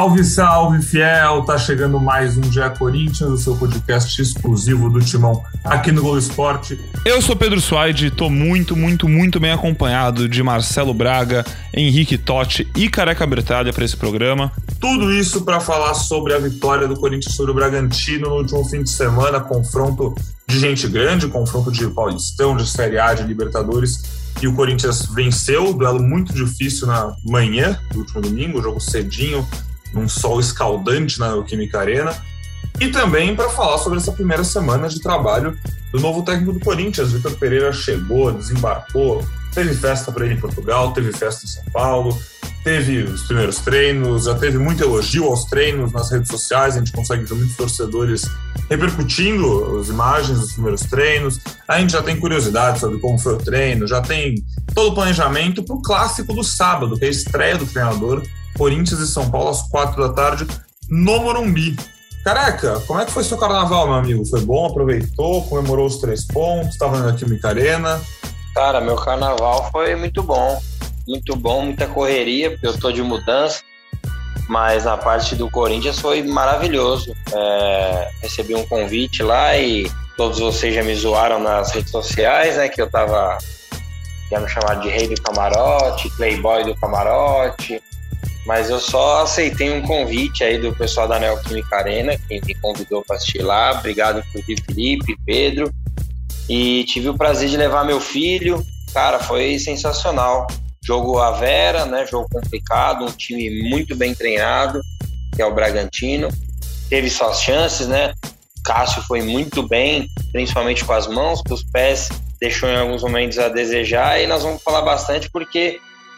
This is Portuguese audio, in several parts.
Salve, salve, fiel! Tá chegando mais um GE Corinthians, o seu podcast exclusivo do Timão aqui no Globo Esporte. Eu sou Pedro Suaide, tô muito bem acompanhado de Marcelo Braga, Henrique Totti e Careca Bertalha para esse programa. Tudo isso para falar sobre a vitória do Corinthians sobre o Bragantino no último fim de semana, confronto de gente grande, confronto de Paulistão, de Série A, de Libertadores. E o Corinthians venceu, duelo muito difícil na manhã do último domingo, jogo cedinho, num sol escaldante na Neoquímica Arena. E também para falar sobre essa primeira semana de trabalho do novo técnico do Corinthians. Vitor Pereira chegou, desembarcou, teve festa para ele em Portugal, teve festa em São Paulo, teve os primeiros treinos, já teve muito elogio aos treinos nas redes sociais, a gente consegue ver muitos torcedores repercutindo as imagens dos primeiros treinos. A gente já tem curiosidade sobre como foi o treino, já tem todo o planejamento para o clássico do sábado, que é a estreia do treinador, Corinthians e São Paulo às 4 da tarde no Morumbi. Careca, como é que foi seu carnaval, meu amigo? Foi bom? Aproveitou? Comemorou os 3 pontos? Estava na Neoquímica Arena? Cara, meu carnaval foi muito bom, muita correria, porque eu tô de mudança, mas na parte do Corinthians foi maravilhoso. Recebi um convite lá e todos vocês já me zoaram nas redes sociais, né, que eu tava, já me chamaram de rei do camarote, playboy do camarote, mas eu só aceitei um convite aí do pessoal da Neoquímica Arena, que me convidou para assistir lá. Obrigado, inclusive, Felipe, Pedro, e tive o prazer de levar meu filho. Cara, foi sensacional. Jogo à Vera, né? Jogo complicado, um time muito bem treinado, que é o Bragantino. Teve suas chances, né? Cássio foi muito bem, principalmente com as mãos, com os pés deixou em alguns momentos a desejar, e nós vamos falar bastante porque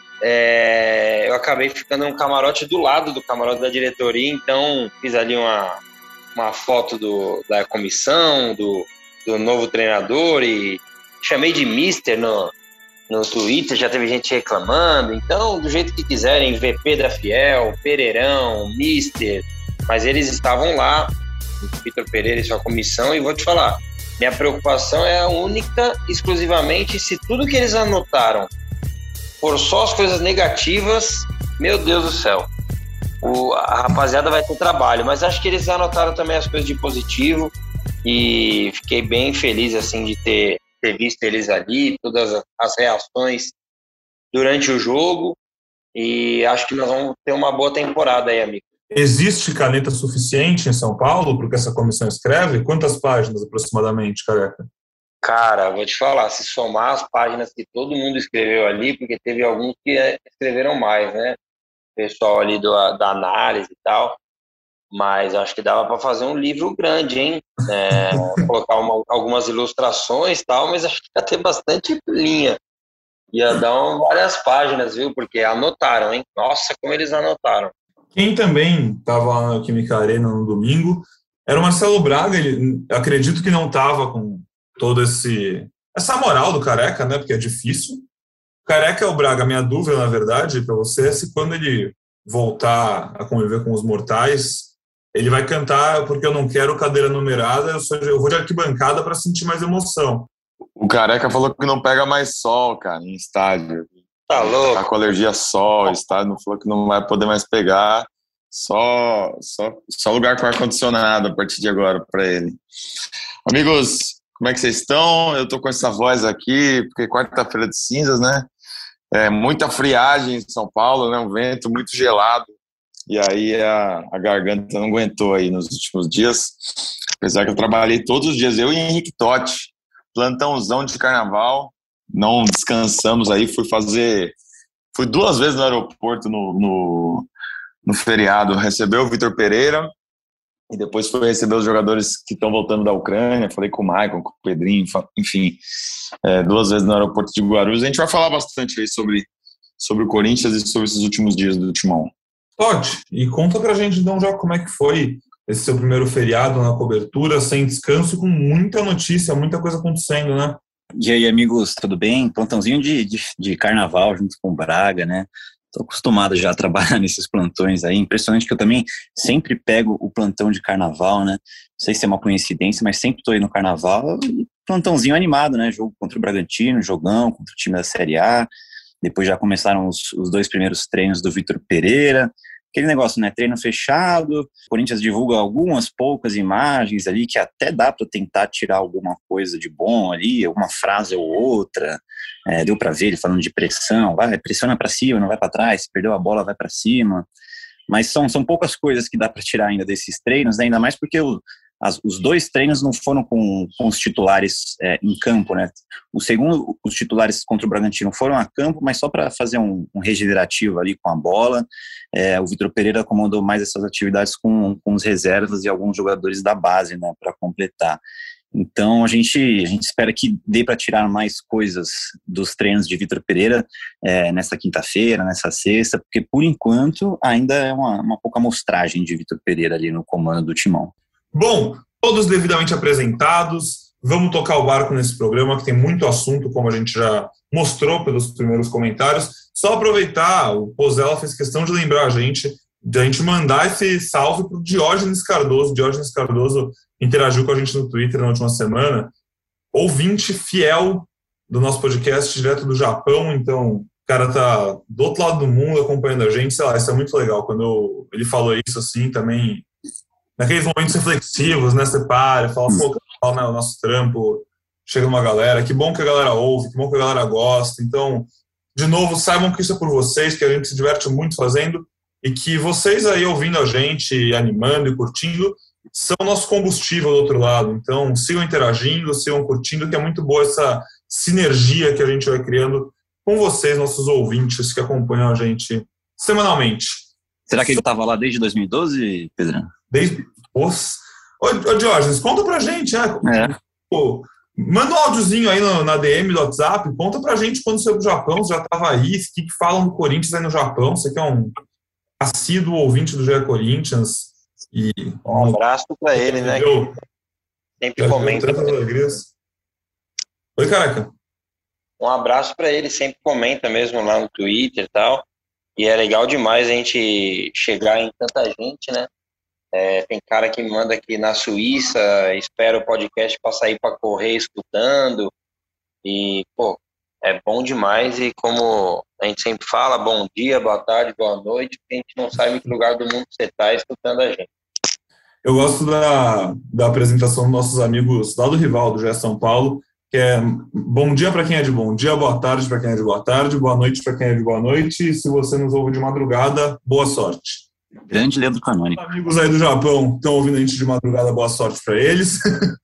eu acabei ficando no camarote do lado do camarote da diretoria, então fiz ali uma foto da comissão, do novo treinador, e chamei de Mister no Twitter, já teve gente reclamando. Então, do jeito que quiserem, VP da Fiel, Pereirão, Mister, mas eles estavam lá, Vitor Pereira e sua comissão, e vou te falar, minha preocupação é a única, exclusivamente, se tudo que eles anotaram for só as coisas negativas, meu Deus do céu, a rapaziada vai ter trabalho, mas acho que eles anotaram também as coisas de positivo, e fiquei bem feliz, assim, de ter visto eles ali, todas as reações durante o jogo, e acho que nós vamos ter uma boa temporada aí, amigo. Existe caneta suficiente em São Paulo para que essa comissão escreve? Quantas páginas aproximadamente, Careca? Cara, vou te falar, se somar as páginas que todo mundo escreveu ali, porque teve alguns que escreveram mais, né? O pessoal ali da análise e tal, mas acho que dava para fazer um livro grande, hein? Colocar algumas ilustrações e tal, mas acho que ia ter bastante linha. Ia dar várias páginas, viu? Porque anotaram, hein? Nossa, como eles anotaram. Quem também estava lá na Química Arena no domingo era o Marcelo Braga. Ele, acredito que não estava com toda essa moral do Careca, né? Porque é difícil. Careca é o Braga. Minha dúvida, na verdade, para você é se quando ele voltar a conviver com os mortais, ele vai cantar Porque Eu Não Quero Cadeira Numerada, eu vou de arquibancada para sentir mais emoção. O Careca falou que não pega mais sol, cara, em estádio. Tá louco? Tá com alergia a sol, estádio não falou que não vai poder mais pegar. Só lugar com ar-condicionado a partir de agora para ele. Amigos, como é que vocês estão? Eu tô com essa voz aqui, porque quarta-feira de cinzas, né? Muita friagem em São Paulo, né? Um vento muito gelado. E aí a garganta não aguentou aí nos últimos dias. Apesar que eu trabalhei todos os dias, eu e Henrique Totti, plantãozão de carnaval, não descansamos aí, fui 2 vezes no aeroporto no feriado, receber o Vitor Pereira e depois fui receber os jogadores que estão voltando da Ucrânia, falei com o Maicon, com o Pedrinho, enfim, 2 vezes no aeroporto de Guarulhos. A gente vai falar bastante aí sobre o Corinthians e sobre esses últimos dias do Timão. Totti, e conta pra gente então já como é que foi esse seu primeiro feriado na cobertura, sem descanso, com muita notícia, muita coisa acontecendo, né? E aí, amigos, tudo bem? Plantãozinho de carnaval junto com o Braga, né? Tô acostumado já a trabalhar nesses plantões aí. Impressionante que eu também sempre pego o plantão de carnaval, né? Não sei se é uma coincidência, mas sempre tô aí no carnaval. E plantãozinho animado, né? Jogo contra o Bragantino, jogão contra o time da Série A. Depois já começaram os 2 primeiros treinos do Vitor Pereira. aquele negócio, né? Treino fechado, o Corinthians divulga algumas poucas imagens ali que até dá para tentar tirar alguma coisa de bom ali, alguma frase ou outra. Deu para ver ele falando de pressão, pressiona para cima, não vai para trás, se perdeu a bola, vai para cima. Mas são poucas coisas que dá para tirar ainda desses treinos, né? Ainda mais porque os 2 treinos não foram com os titulares em campo, né? O segundo, os titulares contra o Bragantino foram a campo, mas só para fazer um regenerativo ali com a bola. O Vitor Pereira comandou mais essas atividades com os reservas e alguns jogadores da base, né? Para completar. Então a gente espera que dê para tirar mais coisas dos treinos de Vitor Pereira nessa quinta-feira, nessa sexta, porque por enquanto ainda é uma pouca amostragem de Vitor Pereira ali no comando do timão. Bom, todos devidamente apresentados, vamos tocar o barco nesse programa que tem muito assunto, como a gente já mostrou pelos primeiros comentários. Só aproveitar, o Pozella fez questão de lembrar a gente mandar esse salve para o Diógenes Cardoso. Diógenes Cardoso interagiu com a gente no Twitter na última semana, ouvinte fiel do nosso podcast direto do Japão, então o cara tá do outro lado do mundo acompanhando a gente, sei lá, isso é muito legal. Quando ele falou isso assim, também, naqueles momentos reflexivos, né, você para, fala, pô, né, o nosso trampo, chega uma galera, que bom que a galera ouve, que bom que a galera gosta. Então, de novo, saibam que isso é por vocês, que a gente se diverte muito fazendo, e que vocês aí ouvindo a gente, animando e curtindo, são nosso combustível do outro lado. Então, sigam interagindo, sigam curtindo, que é muito boa essa sinergia que a gente vai criando com vocês, nossos ouvintes que acompanham a gente semanalmente. Será que ele estava lá desde 2012, Pedro? Desde... Ô, Diógenes, conta pra gente, né? Pô, manda um áudiozinho aí na DM do WhatsApp, conta pra gente quando você foi pro Japão, você já estava aí, o que falam do Corinthians aí no Japão, você que é um assíduo ouvinte do GE Corinthians. E um abraço para ele, né? Sempre comenta. Oi, Careca. Um abraço para ele, sempre comenta mesmo lá no Twitter e tal. E é legal demais a gente chegar em tanta gente, né? Tem cara que me manda aqui na Suíça, espera o podcast para sair para correr escutando. E, pô, é bom demais. E como a gente sempre fala, bom dia, boa tarde, boa noite, porque a gente não sabe em que lugar do mundo você está escutando a gente. Eu gosto da apresentação dos nossos amigos lá do rival, do GE São Paulo, que é bom dia para quem é de bom dia, boa tarde para quem é de boa tarde, boa noite para quem é de boa noite, e se você nos ouve de madrugada, boa sorte. Grande Leandro Canoni. Os amigos aí do Japão estão ouvindo a gente de madrugada, boa sorte para eles.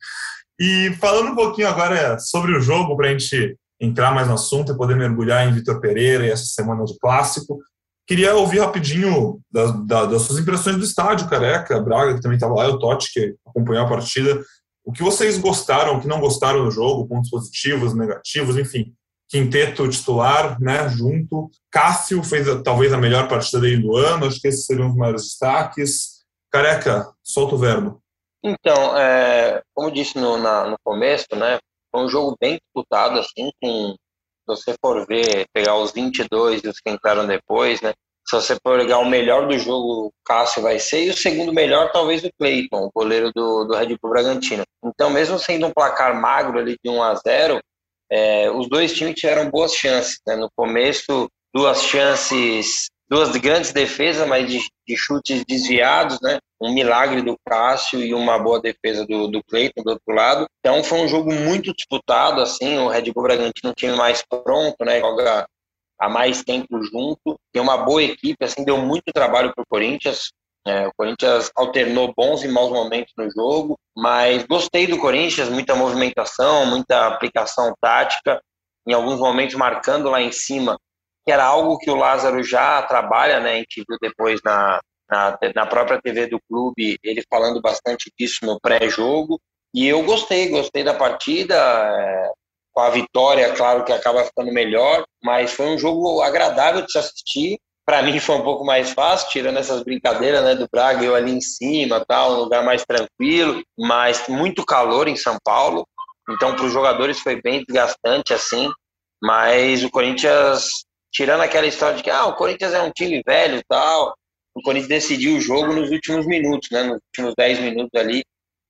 E falando um pouquinho agora sobre o jogo, para a gente entrar mais no assunto e poder mergulhar em Vitor Pereira e essa semana de clássico, queria ouvir rapidinho das suas impressões do estádio, Careca, Braga, que também estava lá, e o Totti, que acompanhou a partida. O que vocês gostaram, o que não gostaram do jogo, pontos positivos, negativos, enfim. Quinteto titular, né, junto. Cássio fez talvez a melhor partida dele do ano, acho que esses seriam os maiores destaques. Careca, solta o verbo. Então, como eu disse no começo, né, foi um jogo bem disputado, assim, se você for ver, pegar os 22 e os que entraram depois, né? Se você for pegar o melhor do jogo, o Cássio vai ser, e o segundo melhor, talvez o Cleiton, o goleiro do Red Bull Bragantino. Então, mesmo sendo um placar magro ali de 1-0, os dois times tiveram boas chances, né? No começo, duas grandes defesas, mas de chutes desviados, né? Um milagre do Cássio e uma boa defesa do Cleiton do outro lado. Então foi um jogo muito disputado, assim, o Red Bull Bragantino é um time mais pronto, né? Joga há mais tempo junto, tem uma boa equipe, assim, deu muito trabalho para o Corinthians. O Corinthians alternou bons e maus momentos no jogo, mas gostei do Corinthians, muita movimentação, muita aplicação tática, em alguns momentos marcando lá em cima, que era algo que o Lázaro já trabalha, né? A gente viu depois na própria TV do clube, ele falando bastante disso no pré-jogo, e eu gostei da partida, com a vitória, claro que acaba ficando melhor, mas foi um jogo agradável de se assistir. Para mim foi um pouco mais fácil, tirando essas brincadeiras, né, do Braga, eu ali em cima, tal, um lugar mais tranquilo, mas muito calor em São Paulo, então para os jogadores foi bem desgastante, assim, mas o Corinthians, tirando aquela história de que o Corinthians é um time velho e tal, o Corinthians decidiu o jogo nos últimos minutos, né, nos últimos 10 minutos ali,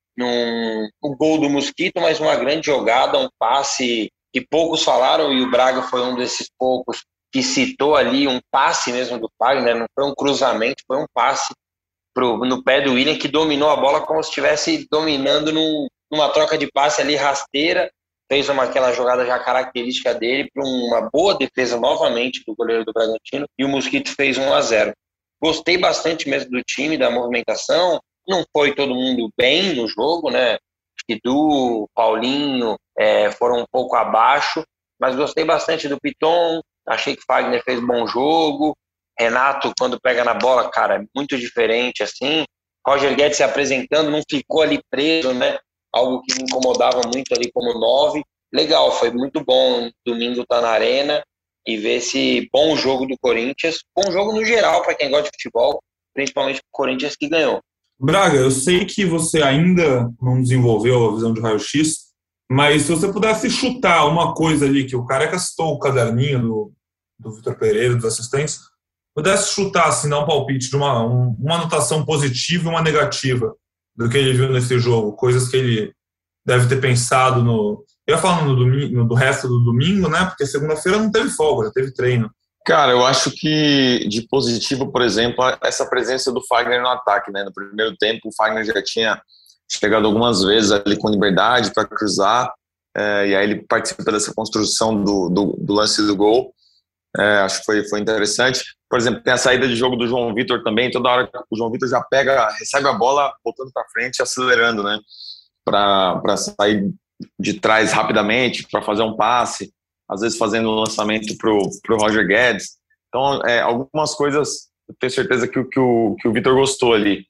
um gol do Mosquito, mas uma grande jogada, um passe que poucos falaram, e o Braga foi um desses poucos que citou ali um passe mesmo do Fagner, não foi um cruzamento, foi um passe no pé do William, que dominou a bola como se estivesse dominando numa troca de passe ali rasteira, fez aquela jogada já característica dele para uma boa defesa novamente do goleiro do Bragantino, e o Mosquito fez 1-0. Gostei bastante mesmo do time, da movimentação, não foi todo mundo bem no jogo, né? Acho que Du, Paulinho foram um pouco abaixo, mas gostei bastante do Piton, achei que Fagner fez bom jogo, Renato, quando pega na bola, cara, é muito diferente, assim. Roger Guedes se apresentando, não ficou ali preso, né? Algo que me incomodava muito ali como 9. Legal, foi muito bom domingo estar na Arena e ver esse bom jogo do Corinthians. Bom jogo no geral, para quem gosta de futebol, principalmente o Corinthians que ganhou. Braga, eu sei que você ainda não desenvolveu a visão de raio-x, mas se você pudesse chutar uma coisa ali, que o Careca citou o caderninho do Vitor Pereira, dos assistentes, pudesse chutar, assim, dar um palpite de uma anotação positiva e uma negativa do que ele viu nesse jogo, coisas que ele deve ter pensado Eu ia falando do resto do domingo, né? Porque segunda-feira não teve folga, já teve treino. Cara, eu acho que de positivo, por exemplo, essa presença do Fagner no ataque, né? No primeiro tempo, o Fagner já tinha chegado algumas vezes ali com liberdade para cruzar, e aí ele participa dessa construção do lance do gol. Acho que foi interessante. Por exemplo, tem a saída de jogo do João Vitor também. Toda hora o João Vitor já recebe a bola, voltando para frente, acelerando, né? Para sair de trás rapidamente, para fazer um passe, às vezes fazendo um lançamento pro Roger Guedes. Então, algumas coisas eu tenho certeza que o Vitor gostou ali.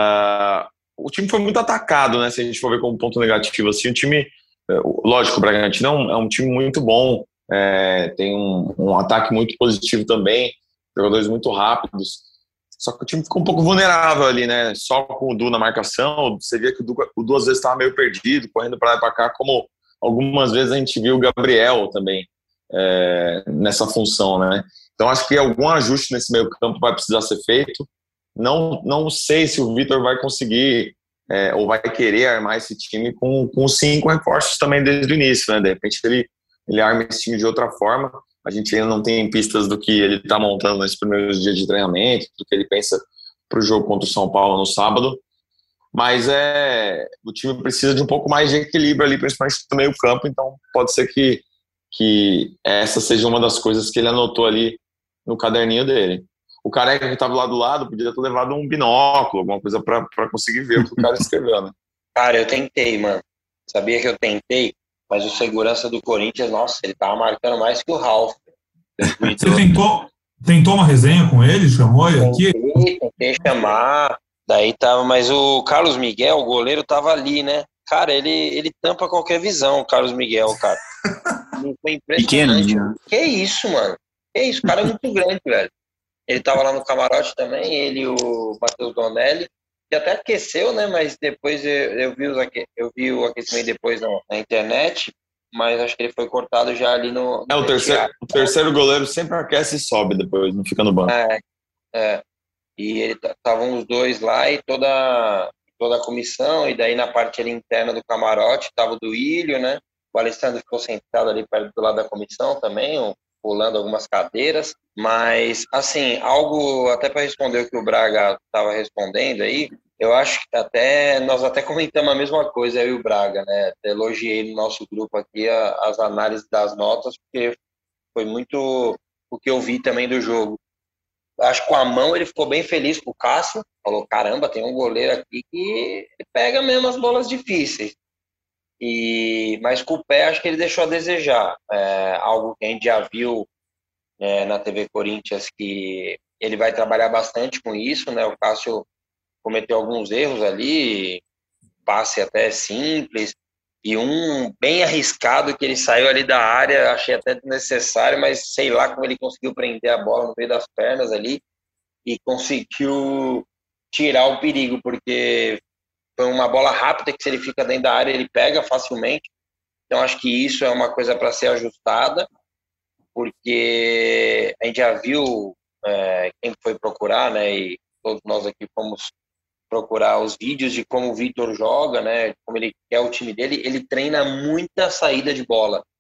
O time foi muito atacado, né? Se a gente for ver como ponto negativo, assim, o time, lógico, o Bragantino é um time muito bom. Tem um ataque muito positivo também, jogadores muito rápidos, só que o time ficou um pouco vulnerável ali, né? Só com o Du na marcação, você via que o Du às vezes estava meio perdido, correndo para lá e para cá, como algumas vezes a gente viu o Gabriel também nessa função, né? Então acho que algum ajuste nesse meio campo vai precisar ser feito. Não sei se o Vitor vai conseguir ou vai querer armar esse time com 5 reforços também desde o início, né? De repente ele arma esse time de outra forma. A gente ainda não tem pistas do que ele está montando nesses primeiros dias de treinamento, do que ele pensa para o jogo contra o São Paulo no sábado. Mas o time precisa de um pouco mais de equilíbrio ali, principalmente no meio campo. Então pode ser que essa seja uma das coisas que ele anotou ali no caderninho dele. O Careca que estava lá do lado podia ter levado um binóculo, alguma coisa para conseguir ver o que o cara escreveu, né? Cara, eu tentei, mano. Sabia que eu tentei? Mas o segurança do Corinthians, nossa, ele tava marcando mais que o Ralf. Você tentou uma resenha com ele? Chamou ele aqui? Tentei chamar. Daí tava, mas o Carlos Miguel, o goleiro, tava ali, né? Cara, ele tampa qualquer visão, o Carlos Miguel, cara. Foi impressionante. Pequeno, que isso, mano? Que isso? O cara é muito grande, velho. Ele tava lá no camarote também, ele e o Matheus Donelli. E até aqueceu, né? Mas depois eu vi o aquecimento depois na internet, mas acho que ele foi cortado já ali no o terceiro goleiro sempre aquece e sobe depois, não fica no banco. E estavam os dois lá e toda a comissão, e daí na parte ali interna do camarote tava o Duílio, né? O Alessandro ficou sentado ali perto do lado da comissão também, pulando algumas cadeiras, mas, assim, algo até para responder o que o Braga estava respondendo aí, eu acho que nós até comentamos a mesma coisa, eu e o Braga, né? Até elogiei no nosso grupo aqui as análises das notas, porque foi muito o que eu vi também do jogo. Acho que com a mão ele ficou bem feliz com o Cássio, falou, caramba, tem um goleiro aqui que pega mesmo as bolas difíceis. Mas com o pé acho que ele deixou a desejar. Algo que a gente já viu na TV Corinthians, que ele vai trabalhar bastante com isso, né? O Cássio cometeu alguns erros ali, passe até simples, e um bem arriscado que ele saiu ali da área, achei até desnecessário, mas sei lá como ele conseguiu prender a bola no meio das pernas ali e conseguiu tirar o perigo, porque foi uma bola rápida que se ele fica dentro da área ele pega facilmente. Então acho que isso é uma coisa para ser ajustada, porque a gente já viu quem foi procurar, né, e todos nós aqui fomos procurar os vídeos de como o Vitor joga, né, como ele quer o time dele, ele treina muita saída de bola.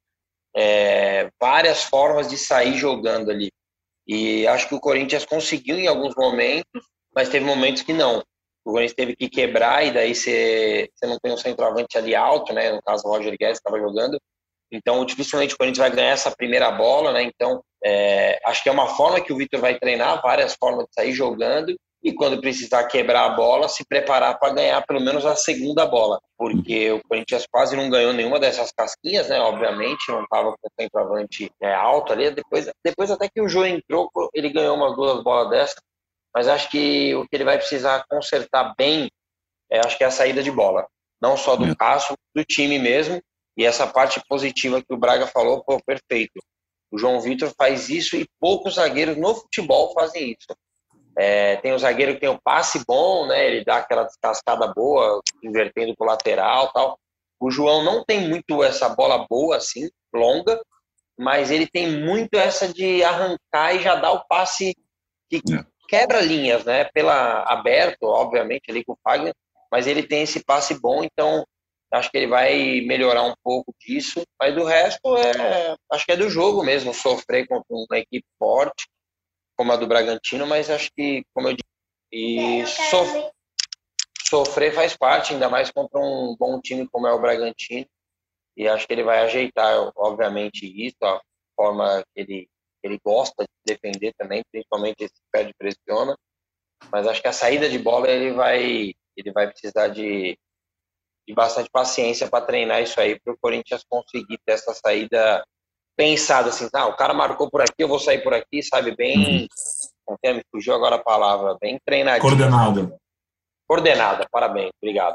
várias formas de sair jogando ali. E acho que o Corinthians conseguiu em alguns momentos, mas teve momentos que não. O Corinthians teve que quebrar e daí você não tem um centroavante ali alto, né? No caso, o Roger Guedes estava jogando. Então, dificilmente o Corinthians vai ganhar essa primeira bola, né? Então, acho que é uma forma que o Vitor vai treinar, várias formas de sair jogando e quando precisar quebrar a bola, se preparar para ganhar pelo menos a segunda bola. Porque o Corinthians quase não ganhou nenhuma dessas casquinhas, né? Obviamente, não estava com o centroavante alto ali. Depois até que o Jô entrou, ele ganhou umas 2 bolas dessas. Mas acho que o que ele vai precisar consertar bem, acho que é a saída de bola. Não só do Cássio, do time mesmo. E essa parte positiva que o Braga falou, pô, perfeito. O João Vitor faz isso e poucos zagueiros no futebol fazem isso. Tem o zagueiro que tem o passe bom, né? Ele dá aquela descascada boa, invertendo pro lateral e tal. O João não tem muito essa bola boa, assim, longa, mas ele tem muito essa de arrancar e já dar o passe que quebra linhas, né? Aberto, obviamente, ali com o Fagner, mas ele tem esse passe bom, então acho que ele vai melhorar um pouco disso, mas do resto acho que é do jogo mesmo, sofrer contra uma equipe forte, como a do Bragantino, mas acho que, como eu disse, sofrer faz parte, ainda mais contra um bom time como é o Bragantino, e acho que ele vai ajeitar, obviamente, isso, a forma que ele gosta de defender também, principalmente esse pé de pressiona, mas acho que a saída de bola ele vai precisar de bastante paciência para treinar isso aí, para o Corinthians conseguir ter essa saída pensada, assim, o cara marcou por aqui, eu vou sair por aqui, sabe, bem, me fugiu agora a palavra, bem treinadinho. Coordenada, parabéns, obrigado.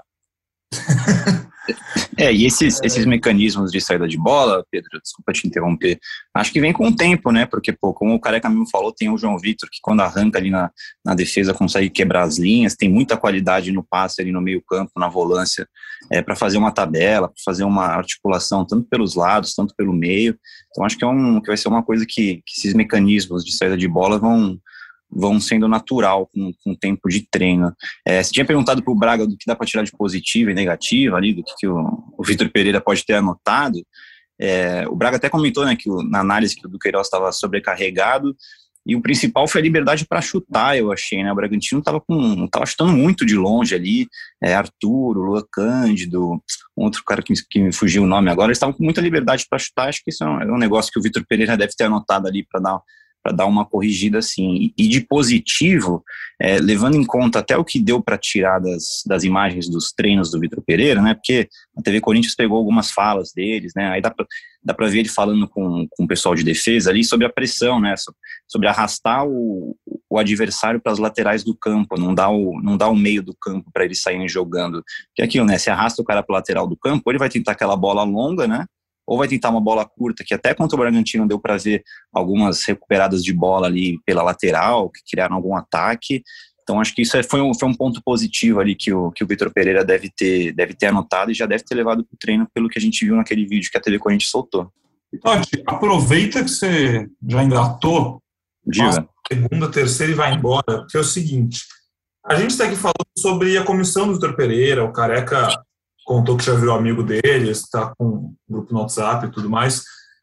E esses mecanismos de saída de bola, Pedro, desculpa te interromper, acho que vem com o tempo, né, porque, pô, como o Careca mesmo falou, tem o João Vitor, que quando arranca ali na defesa consegue quebrar as linhas, tem muita qualidade no passe ali no meio campo, na volância, para fazer uma tabela, para fazer uma articulação, tanto pelos lados, tanto pelo meio, então acho que que vai ser uma coisa que esses mecanismos de saída de bola vão sendo natural com o tempo de treino. Você tinha perguntado para o Braga do que dá para tirar de positivo e negativo ali, do que o Vitor Pereira pode ter anotado. O Braga até comentou, né, que na análise que o Duqueiroz estava sobrecarregado, e o principal foi a liberdade para chutar, eu achei, né? O Bragantino estava chutando muito de longe ali, Arthur, o Luan Cândido, outro cara que me fugiu o nome agora, eles estavam com muita liberdade para chutar. Acho que isso é um negócio que o Vitor Pereira deve ter anotado ali para dar uma corrigida assim. E de positivo, levando em conta até o que deu para tirar das imagens dos treinos do Vitor Pereira, né, porque a TV Corinthians pegou algumas falas deles, né, aí dá para ver ele falando com o pessoal de defesa ali sobre a pressão, né, sobre arrastar o adversário para as laterais do campo, não dá o meio do campo para eles saírem jogando, que é aquilo, né, se arrasta o cara para a lateral do campo, ou ele vai tentar aquela bola longa, né, ou vai tentar uma bola curta, que até contra o Bragantino deu para ver algumas recuperadas de bola ali pela lateral, que criaram algum ataque. Então acho que isso foi um ponto positivo ali que o Vitor Pereira deve ter anotado e já deve ter levado para o treino, pelo que a gente viu naquele vídeo que a TV Corinthians soltou. Totti, aproveita que você já engatou, segunda, terceira e vai embora, porque é o seguinte, a gente está aqui falando sobre a comissão do Vitor Pereira, o Careca contou que já virou amigo dele, está com um grupo no WhatsApp e tudo mais.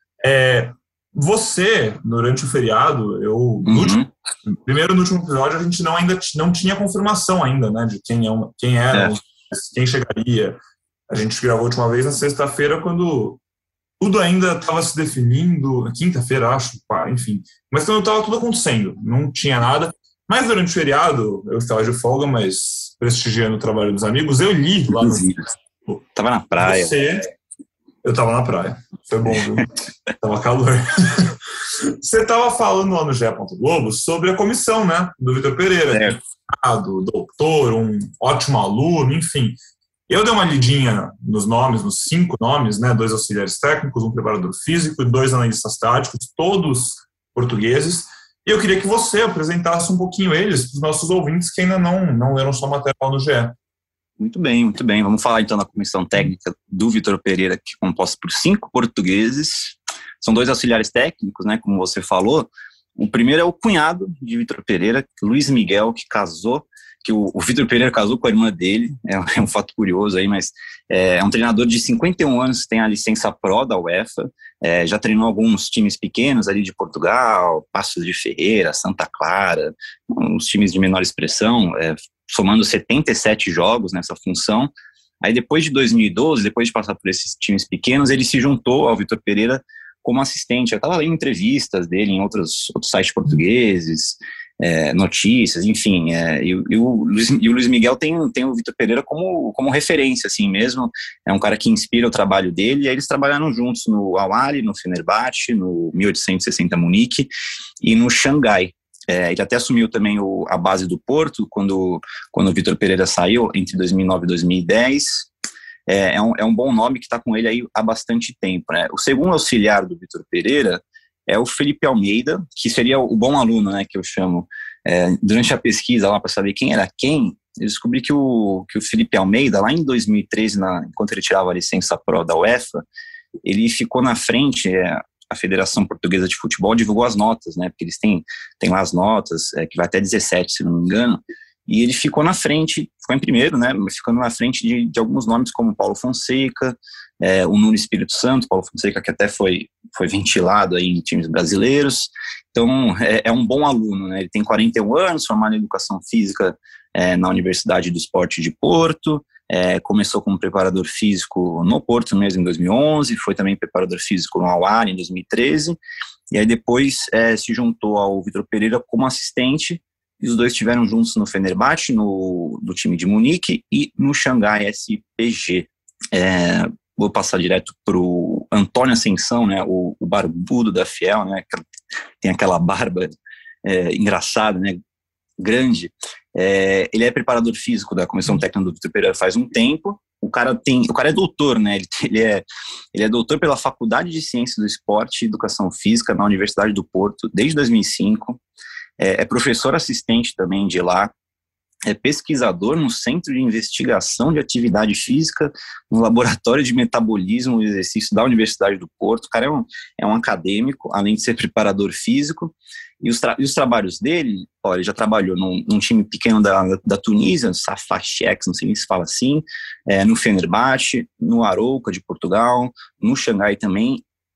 Você, durante o feriado, no último episódio, a gente ainda não tinha confirmação ainda, né, de quem era, quem chegaria. A gente gravou a última vez na sexta-feira, quando tudo ainda estava se definindo, quinta-feira, acho, enfim. Mas quando estava tudo acontecendo, não tinha nada. Mas durante o feriado, eu estava de folga, mas prestigiando o trabalho dos amigos, eu li lá no... Tava na praia. Eu tava na praia. Foi bom, viu? Tava calor. Você tava falando lá no GE. Globo sobre a comissão, né? Do Vitor Pereira. Do doutor, um ótimo aluno, enfim. Eu dei uma lidinha nos 5 nomes, né? 2 auxiliares técnicos, um preparador físico e 2 analistas táticos, todos portugueses. E eu queria que você apresentasse um pouquinho eles para os nossos ouvintes que ainda não leram sua matéria no GE. Muito bem, muito bem. Vamos falar então da comissão técnica do Vitor Pereira, que é composta por 5 portugueses. São 2 auxiliares técnicos, né, como você falou. O primeiro é o cunhado de Vitor Pereira, Luiz Miguel, que casou que o Vitor Pereira casou com a irmã dele, é um fato curioso aí, mas é um treinador de 51 anos, tem a licença Pro da UEFA, já treinou alguns times pequenos ali de Portugal, Paços de Ferreira, Santa Clara, uns times de menor expressão, somando 77 jogos nessa função. Aí depois de 2012, depois de passar por esses times pequenos, ele se juntou ao Vitor Pereira como assistente. Eu estava lendo entrevistas dele em outros sites portugueses, notícias, enfim, e o Luiz Miguel tem o Vitor Pereira como referência, assim mesmo, é um cara que inspira o trabalho dele, e aí eles trabalharam juntos no Al Ahly, no Fenerbahçe, no 1860 Munique e no Xangai. Ele até assumiu também a base do Porto, quando o Vitor Pereira saiu, entre 2009 e 2010, é um bom nome que está com ele aí há bastante tempo, né? O segundo auxiliar do Vitor Pereira é o Felipe Almeida, que seria o bom aluno, né, que eu chamo. Durante a pesquisa lá para saber quem era quem, eu descobri que o Felipe Almeida, lá em 2013, enquanto ele tirava a licença Pro da UEFA, ele ficou na frente, a Federação Portuguesa de Futebol divulgou as notas, né, porque eles têm lá as notas, que vai até 17, se não me engano, e ele ficou na frente, ficou em primeiro, né, ficando na frente de alguns nomes como Paulo Fonseca, o Nuno Espírito Santo, Paulo Fonseca, que até foi ventilado aí em times brasileiros. Então, é um bom aluno, né? Ele tem 41 anos, formado em Educação Física na Universidade do Esporte de Porto, começou como preparador físico no Porto mesmo em 2011, foi também preparador físico no Al Ahly em 2013, e aí depois se juntou ao Vitor Pereira como assistente, e os dois estiveram juntos no Fenerbahçe, do time de Munique, e no Xangai SPG. Vou passar direto para o Antônio Ascensão, né, o barbudo da Fiel, né, tem aquela barba engraçada, né, grande. Ele é preparador físico da Comissão Técnica do Vitor Pereira faz um tempo. O cara é doutor, né, ele é doutor pela Faculdade de Ciências do Esporte e Educação Física na Universidade do Porto desde 2005. É professor assistente também de lá. É pesquisador no Centro de Investigação de Atividade Física, no Laboratório de Metabolismo e Exercício da Universidade do Porto. O cara é um acadêmico, além de ser preparador físico. E os trabalhos dele, ele já trabalhou num time pequeno da Tunísia, Safachex, não sei nem se fala assim, no Fenerbahçe, no Arouca de Portugal, no Xangai também,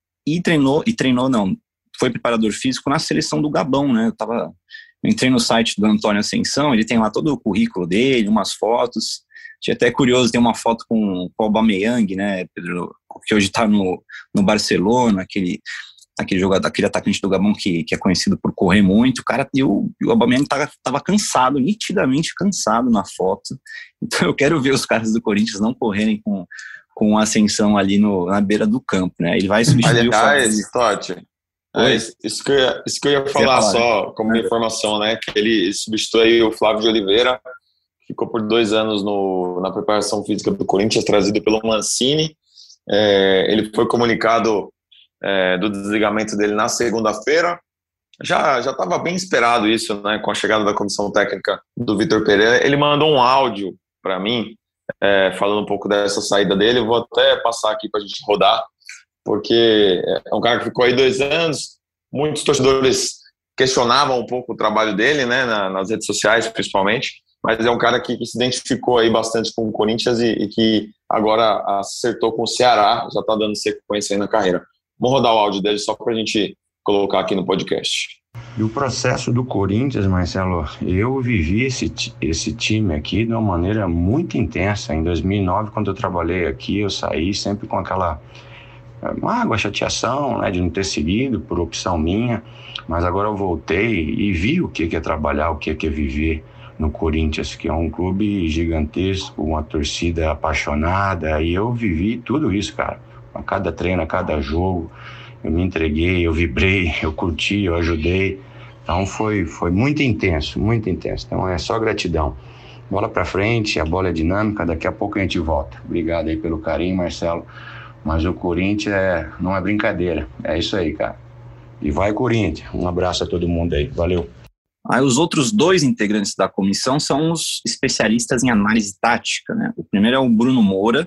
foi preparador físico na seleção do Gabão, né? Eu entrei no site do Antônio Ascensão, ele tem lá todo o currículo dele, umas fotos. Achei até curioso, tem uma foto com o Aubameyang, né, Pedro, que hoje está no Barcelona, aquele jogador, aquele atacante do Gabão que é conhecido por correr muito. O cara, e o Aubameyang estava cansado, nitidamente cansado na foto. Então eu quero ver os caras do Corinthians não correrem com a Ascensão ali na beira do campo, né? Ele vai substituir o Totti. Isso que eu ia falar só como informação, né? Que ele substitui o Flávio de Oliveira, que ficou por 2 anos na preparação física do Corinthians, trazido pelo Mancini. Ele foi comunicado do desligamento dele na segunda-feira. Já estava bem esperado isso, né? Com a chegada da comissão técnica do Vitor Pereira. Ele mandou um áudio para mim, falando um pouco dessa saída dele. Eu vou até passar aqui para a gente rodar, porque é um cara que ficou aí 2 anos. Muitos torcedores questionavam um pouco o trabalho dele, né, nas redes sociais principalmente, mas é um cara que se identificou aí bastante com o Corinthians e que agora acertou com o Ceará, já está dando sequência aí na carreira. Vamos rodar o áudio dele só para a gente colocar aqui no podcast. E o processo do Corinthians, Marcelo, eu vivi esse time aqui de uma maneira muito intensa. Em 2009, quando eu trabalhei aqui, eu saí sempre com aquela mágoa, chateação, né, de não ter seguido por opção minha, mas agora eu voltei e vi o que é trabalhar, o que é viver no Corinthians, que é um clube gigantesco, uma torcida apaixonada, e eu vivi tudo isso, cara. A cada treino, a cada jogo, eu me entreguei, eu vibrei, eu curti, eu ajudei. Então foi muito intenso, muito intenso. Então é só gratidão. Bola pra frente, a bola é dinâmica, daqui a pouco a gente volta. Obrigado aí pelo carinho, Marcelo. Mas o Corinthians não é brincadeira. É isso aí, cara. E vai, Corinthians. Um abraço a todo mundo aí. Valeu. Aí os outros 2 integrantes da comissão são os especialistas em análise tática, né? O primeiro é o Bruno Moura,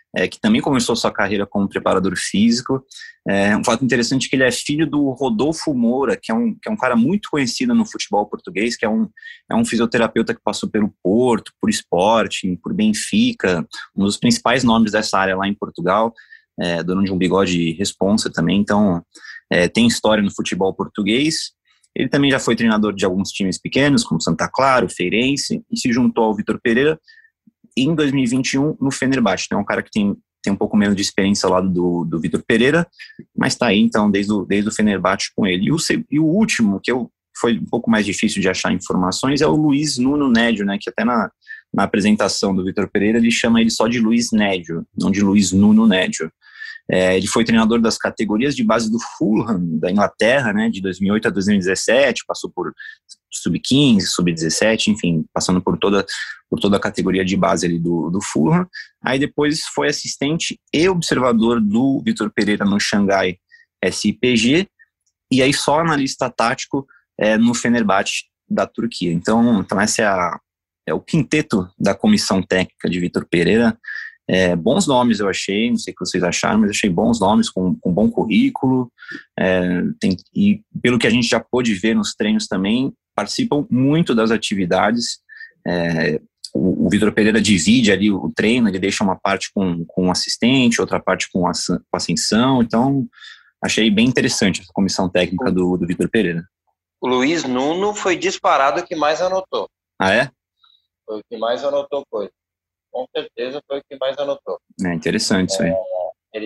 que também começou sua carreira como preparador físico. Um fato interessante é que ele é filho do Rodolfo Moura, que é um cara muito conhecido no futebol português, que é um fisioterapeuta que passou pelo Porto, por Sporting, por Benfica, um dos principais nomes dessa área lá em Portugal, dono de um bigode responsa também, então tem história no futebol português. Ele também já foi treinador de alguns times pequenos, como Santa Clara, o Feirense, e se juntou ao Vitor Pereira em 2021 no Fenerbahçe. Então é um cara que tem um pouco menos de experiência ao lado do Vitor Pereira, mas está aí então desde o Fenerbahçe com ele. E o último, que foi um pouco mais difícil de achar informações, é o Luiz Nuno Nédio, né, que até na apresentação do Vitor Pereira ele chama ele só de Luiz Nédio, não de Luiz Nuno Nédio. Ele foi treinador das categorias de base do Fulham, da Inglaterra, né, de 2008 a 2017, passou por sub-15, sub-17, enfim, passando por toda a categoria de base ali do Fulham. Aí depois foi assistente e observador do Vitor Pereira no Xangai SIPG, e aí só analista tático no Fenerbahçe da Turquia. Então esse é o quinteto da comissão técnica de Vitor Pereira. Bons nomes eu achei, não sei o que vocês acharam, mas achei bons nomes, com bom currículo, e pelo que a gente já pôde ver nos treinos também, participam muito das atividades. O Vitor Pereira divide ali o treino, ele deixa uma parte com um assistente, outra parte com ascensão, então achei bem interessante essa comissão técnica do Vitor Pereira. O Luiz Nuno foi disparado o que mais anotou. Ah, é? Foi o que mais anotou coisa. Com certeza foi o que mais anotou. Interessante isso aí. Ele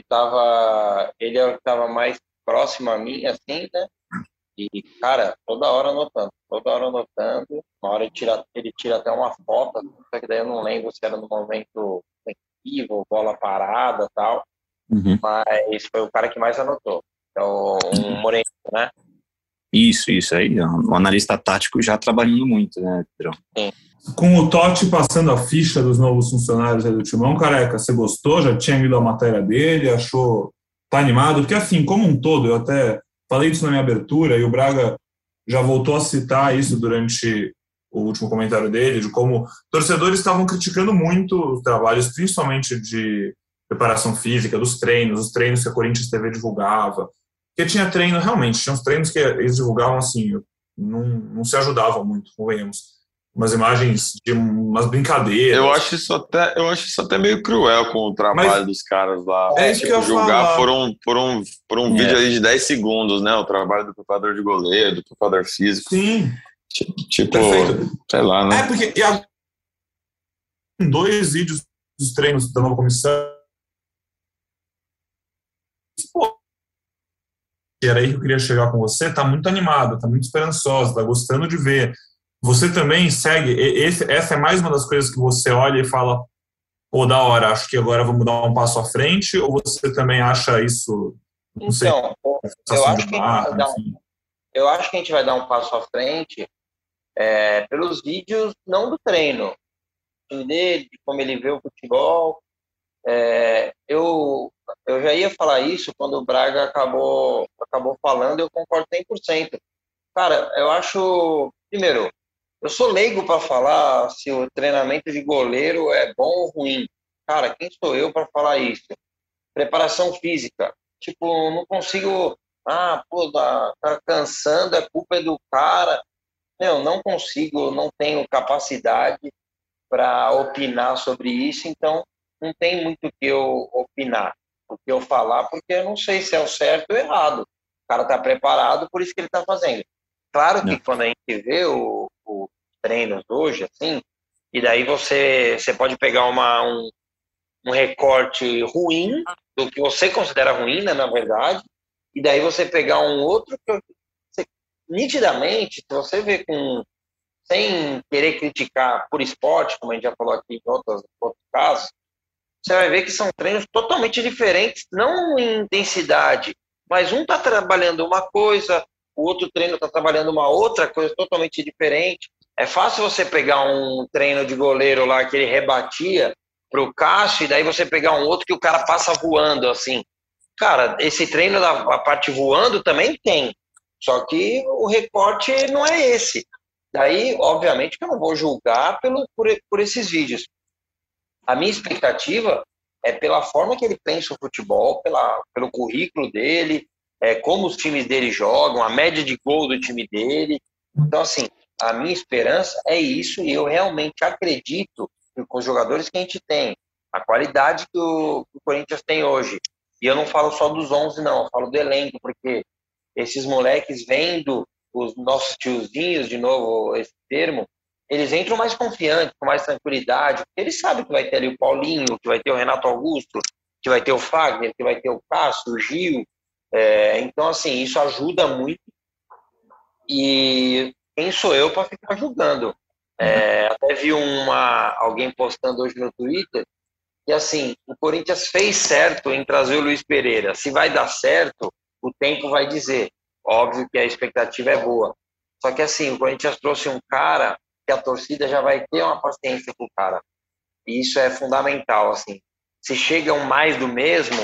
estava mais próximo a mim, assim, né? E, cara, toda hora anotando. Uma hora ele tira até uma foto, só que daí eu não lembro se era no momento ofensivo, bola parada e tal. Uhum. Mas foi o cara que mais anotou. É o Moreno, né? Isso aí. O analista tático já trabalhando muito, né, Pedrão? Sim. Com o Totti passando a ficha dos novos funcionários aí do Timão, Careca, você gostou? Já tinha lido a matéria dele? Achou? Tá animado? Porque assim, como um todo, eu até falei disso na minha abertura e o Braga já voltou a citar isso durante o último comentário dele, de como torcedores estavam criticando muito os trabalhos, principalmente de preparação física, dos treinos, os treinos que a Corinthians TV divulgava. Porque tinha treino, realmente, tinha uns treinos que eles divulgavam assim, não se ajudavam muito, convenhamos. Umas imagens de umas brincadeiras. Eu acho isso até meio cruel com o trabalho dos caras lá. É isso que eu julgar por um vídeo aí de 10 dois né? O trabalho do preparador de goleiro, do preparador físico. Sim. Tipo, sei lá, né? Porque em 2 vídeos dos treinos da nova comissão, pô, era aí que eu queria chegar com você, tá muito animado, tá muito esperançoso, tá gostando de ver. Você também segue, essa é mais uma das coisas que você olha e fala, pô, da hora, acho que agora vamos dar um passo à frente, ou você também acha isso, não sei, eu acho que a gente vai dar um passo à frente pelos vídeos, não do treino, dele, de como ele vê o futebol. Eu já ia falar isso quando o Braga acabou falando, eu concordo 100%. Cara, eu acho, primeiro, eu sou leigo para falar se o treinamento de goleiro é bom ou ruim. Cara, quem sou eu para falar isso? Preparação física. Tipo, não consigo... tá cansando, a culpa é do cara. Não consigo, não tenho capacidade para opinar sobre isso, então não tem muito o que eu opinar, o que eu falar, porque eu não sei se é o certo ou errado. O cara está preparado, por isso que ele está fazendo. Claro que quando a gente vê os treinos hoje, assim, e daí você pode pegar um recorte ruim, do que você considera ruim, né, na verdade, e daí você pegar um outro que nitidamente, se você vê sem querer criticar por esporte, como a gente já falou aqui em outros casos, você vai ver que são treinos totalmente diferentes, não em intensidade, mas um está trabalhando uma coisa, o outro treino está trabalhando uma outra coisa totalmente diferente. É fácil você pegar um treino de goleiro lá que ele rebatia para o Cássio e daí você pegar um outro que o cara passa voando, assim. Cara, esse treino da parte voando também tem, só que o recorte não é esse. Daí, obviamente, que eu não vou julgar por esses vídeos. A minha expectativa é pela forma que ele pensa o futebol, pelo currículo dele, como os times dele jogam, a média de gol do time dele. Então, assim, a minha esperança é isso, e eu realmente acredito que com os jogadores que a gente tem, a qualidade que o Corinthians tem hoje, e eu não falo só dos 11, não, eu falo do elenco, porque esses moleques vendo os nossos tiozinhos, de novo esse termo, eles entram mais confiantes, com mais tranquilidade, porque eles sabem que vai ter ali o Paulinho, que vai ter o Renato Augusto, que vai ter o Fagner, que vai ter o Cássio, o Gil. Então, assim, isso ajuda muito. E quem sou eu para ficar julgando? Até vi alguém postando hoje no Twitter que, assim, o Corinthians fez certo em trazer o Luiz Pereira. Se vai dar certo, o tempo vai dizer. Óbvio que a expectativa é boa. Só que, assim, o Corinthians trouxe um cara que a torcida já vai ter uma paciência com o cara. E isso é fundamental, assim. Se chegam mais do mesmo,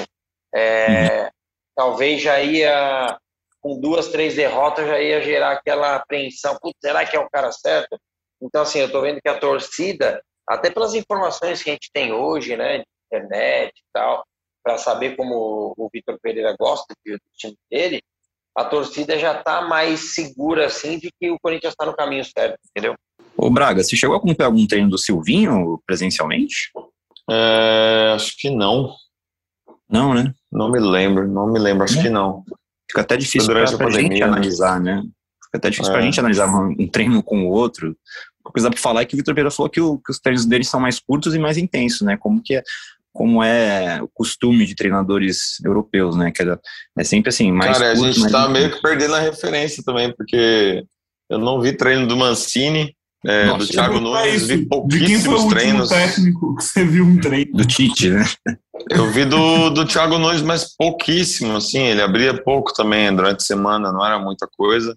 talvez já ia, com 2, 3 derrotas, já ia gerar aquela apreensão. Putz, será que é o cara certo? Então, assim, eu tô vendo que a torcida, até pelas informações que a gente tem hoje, né, de internet e tal, para saber como o Vitor Pereira gosta do time dele, a torcida já tá mais segura, assim, de que o Corinthians está no caminho certo, entendeu? Ô Braga, você chegou a acompanhar algum treino do Silvinho presencialmente? Acho que não. Não, né? Não me lembro, acho que não. Fica até difícil durante a pra pandemia, gente analisar, né? Fica até difícil pra gente analisar um treino com o outro. Uma coisa pra falar é que o Vitor Pereira falou que os treinos deles são mais curtos e mais intensos, né? Como é o costume de treinadores europeus, né? Que é sempre assim, mais curto. Cara, a gente tá meio que perdendo a referência também, porque eu não vi treino do Mancini, do Thiago Nunes, vi pouquíssimos treinos. De quem foi o último técnico que você viu um treino? Do Tite, né? Eu vi do Thiago Nunes, mas pouquíssimo, assim, ele abria pouco também durante a semana, não era muita coisa.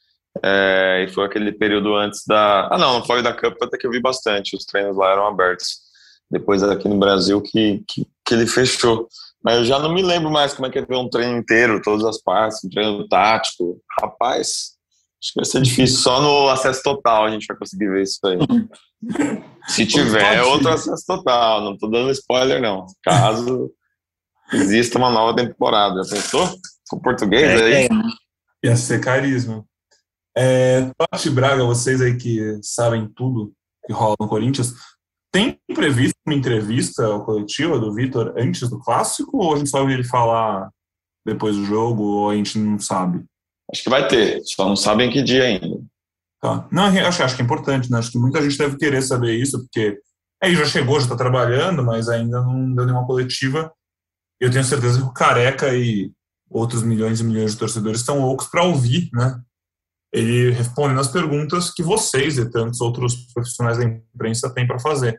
E foi aquele período antes da... não foi da Cup, até que eu vi bastante, os treinos lá eram abertos. Depois aqui no Brasil que ele fechou. Mas eu já não me lembro mais como é que é ver um treino inteiro, todas as partes, um treino tático. Rapaz, acho que vai ser difícil. Só no acesso total a gente vai conseguir ver isso aí. Se tiver outro acesso total, não tô dando spoiler não. Caso exista uma nova temporada. Já pensou? Com português aí? Ia ser carisma. Totti, Braga, vocês aí que sabem tudo que rola no Corinthians, tem previsto uma entrevista coletiva do Vitor antes do Clássico, ou a gente só ouve ele falar depois do jogo, ou a gente não sabe? Acho que vai ter, só não sabem que dia ainda. Tá. Não, acho que é importante, né? Acho que muita gente deve querer saber isso, porque aí já chegou, já está trabalhando, mas ainda não deu nenhuma coletiva. Eu tenho certeza que o Careca e outros milhões e milhões de torcedores estão loucos para ouvir, né? Ele respondendo as perguntas que vocês e tantos outros profissionais da imprensa têm para fazer.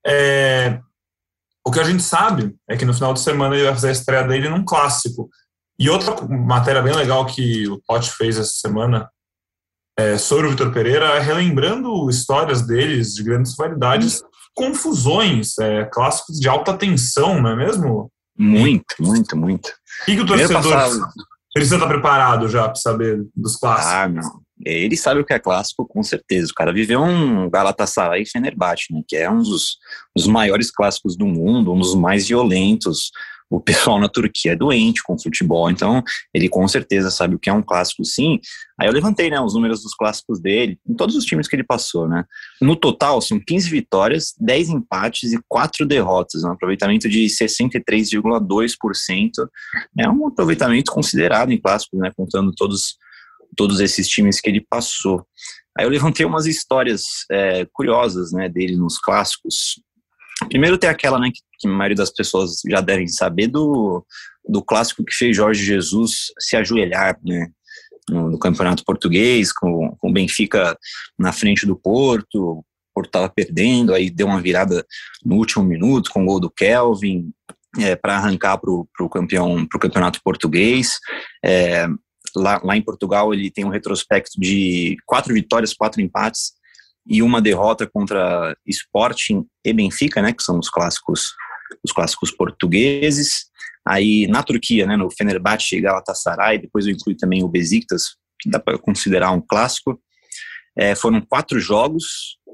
O que a gente sabe é que no final de semana ele vai fazer a estreia dele num clássico. E outra matéria bem legal que o Totti fez essa semana sobre o Vitor Pereira é relembrando histórias deles de grandes rivalidades, confusões, clássicos de alta tensão, não é mesmo? Muito, muito, muito. E que o torcedor precisa estar preparado já para saber dos clássicos? Não. Ele sabe o que é clássico, com certeza. O cara viveu um Galatasaray e Fenerbahçe, né, que é um dos maiores clássicos do mundo, um dos mais violentos. O pessoal na Turquia é doente com futebol, então ele com certeza sabe o que é um clássico, sim. Aí eu levantei, né, os números dos clássicos dele, em todos os times que ele passou, né. No total, são 15 vitórias, 10 empates e 4 derrotas, um aproveitamento de 63,2%. É um aproveitamento considerado em clássicos, né, contando todos esses times que ele passou. Aí eu levantei umas histórias curiosas, né, dele nos clássicos. Primeiro tem aquela, né, que a maioria das pessoas já devem saber do clássico que fez Jorge Jesus se ajoelhar, né, no Campeonato Português, com o Benfica na frente do Porto. O Porto estava perdendo, aí deu uma virada no último minuto com o gol do Kelvin para arrancar para o Campeonato Português. Lá em Portugal ele tem um retrospecto de 4 vitórias, 4 empates e uma derrota contra Sporting e Benfica, né, que são os clássicos portugueses. Aí na Turquia, né, no Fenerbahçe e Galatasaray, depois eu incluo também o Besiktas, que dá para considerar um clássico. Foram 4 jogos,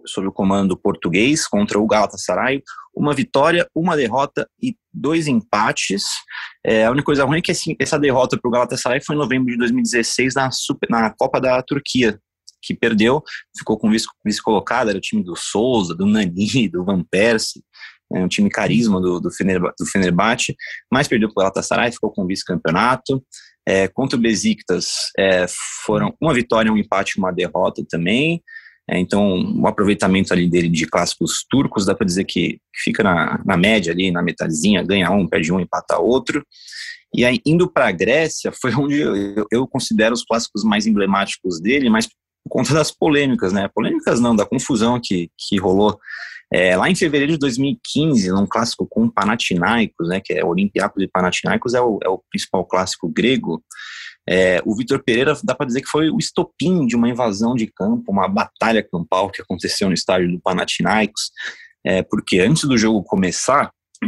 sob o comando do português contra o Galatasaray, 1 vitória, 1 derrota e 2 empates. A única coisa ruim é que essa derrota para o Galatasaray foi em novembro de 2016 na Copa da Turquia, que perdeu, ficou com vice-colocado, era o time do Souza, do Nani, do Van Persie, um time carisma do Fenerbahçe, mas perdeu para o Galatasaray, ficou com vice-campeonato. Contra o Besiktas foram 1 vitória, 1 empate e 1 derrota também. Então o aproveitamento ali dele de clássicos turcos dá para dizer que fica na média ali, na metadezinha, ganha um, perde um, empata outro. E aí indo para a Grécia foi onde eu considero os clássicos mais emblemáticos dele, mas por conta das polêmicas, né? Polêmicas não, da confusão que rolou lá em fevereiro de 2015, num clássico com o Panathinaikos, né? Que é o Olympiacos e Panathinaikos, é o principal clássico grego. O Vitor Pereira, dá para dizer que foi o estopim de uma invasão de campo, uma batalha campal que aconteceu no estádio do Panathinaikos, porque antes do jogo começar,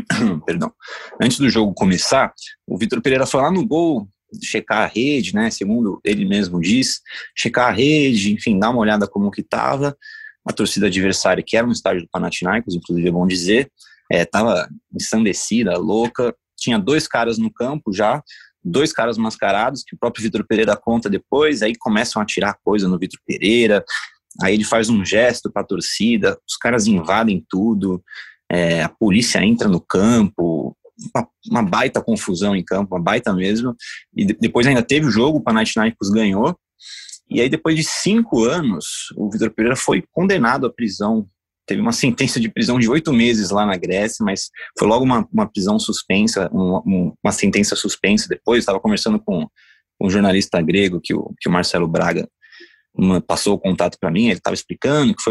o Vitor Pereira foi lá no gol checar a rede, né, segundo ele mesmo diz, checar a rede, enfim, dar uma olhada como que estava. A torcida adversária, que era no estádio do Panathinaikos, inclusive é bom dizer, estava ensandecida, louca, tinha 2 caras no campo já, 2 caras mascarados, que o próprio Vitor Pereira conta depois, aí começam a tirar coisa no Vitor Pereira, aí ele faz um gesto para a torcida, os caras invadem tudo, a polícia entra no campo, uma baita confusão em campo, uma baita mesmo, e depois ainda teve o jogo, o Panathinaikos ganhou, e aí depois de 5 anos, o Vitor Pereira foi condenado à prisão, teve uma sentença de prisão de 8 meses lá na Grécia, mas foi logo uma prisão suspensa, uma sentença suspensa depois. Estava conversando com um jornalista grego que o Marcelo Braga passou o contato para mim, ele estava explicando que foi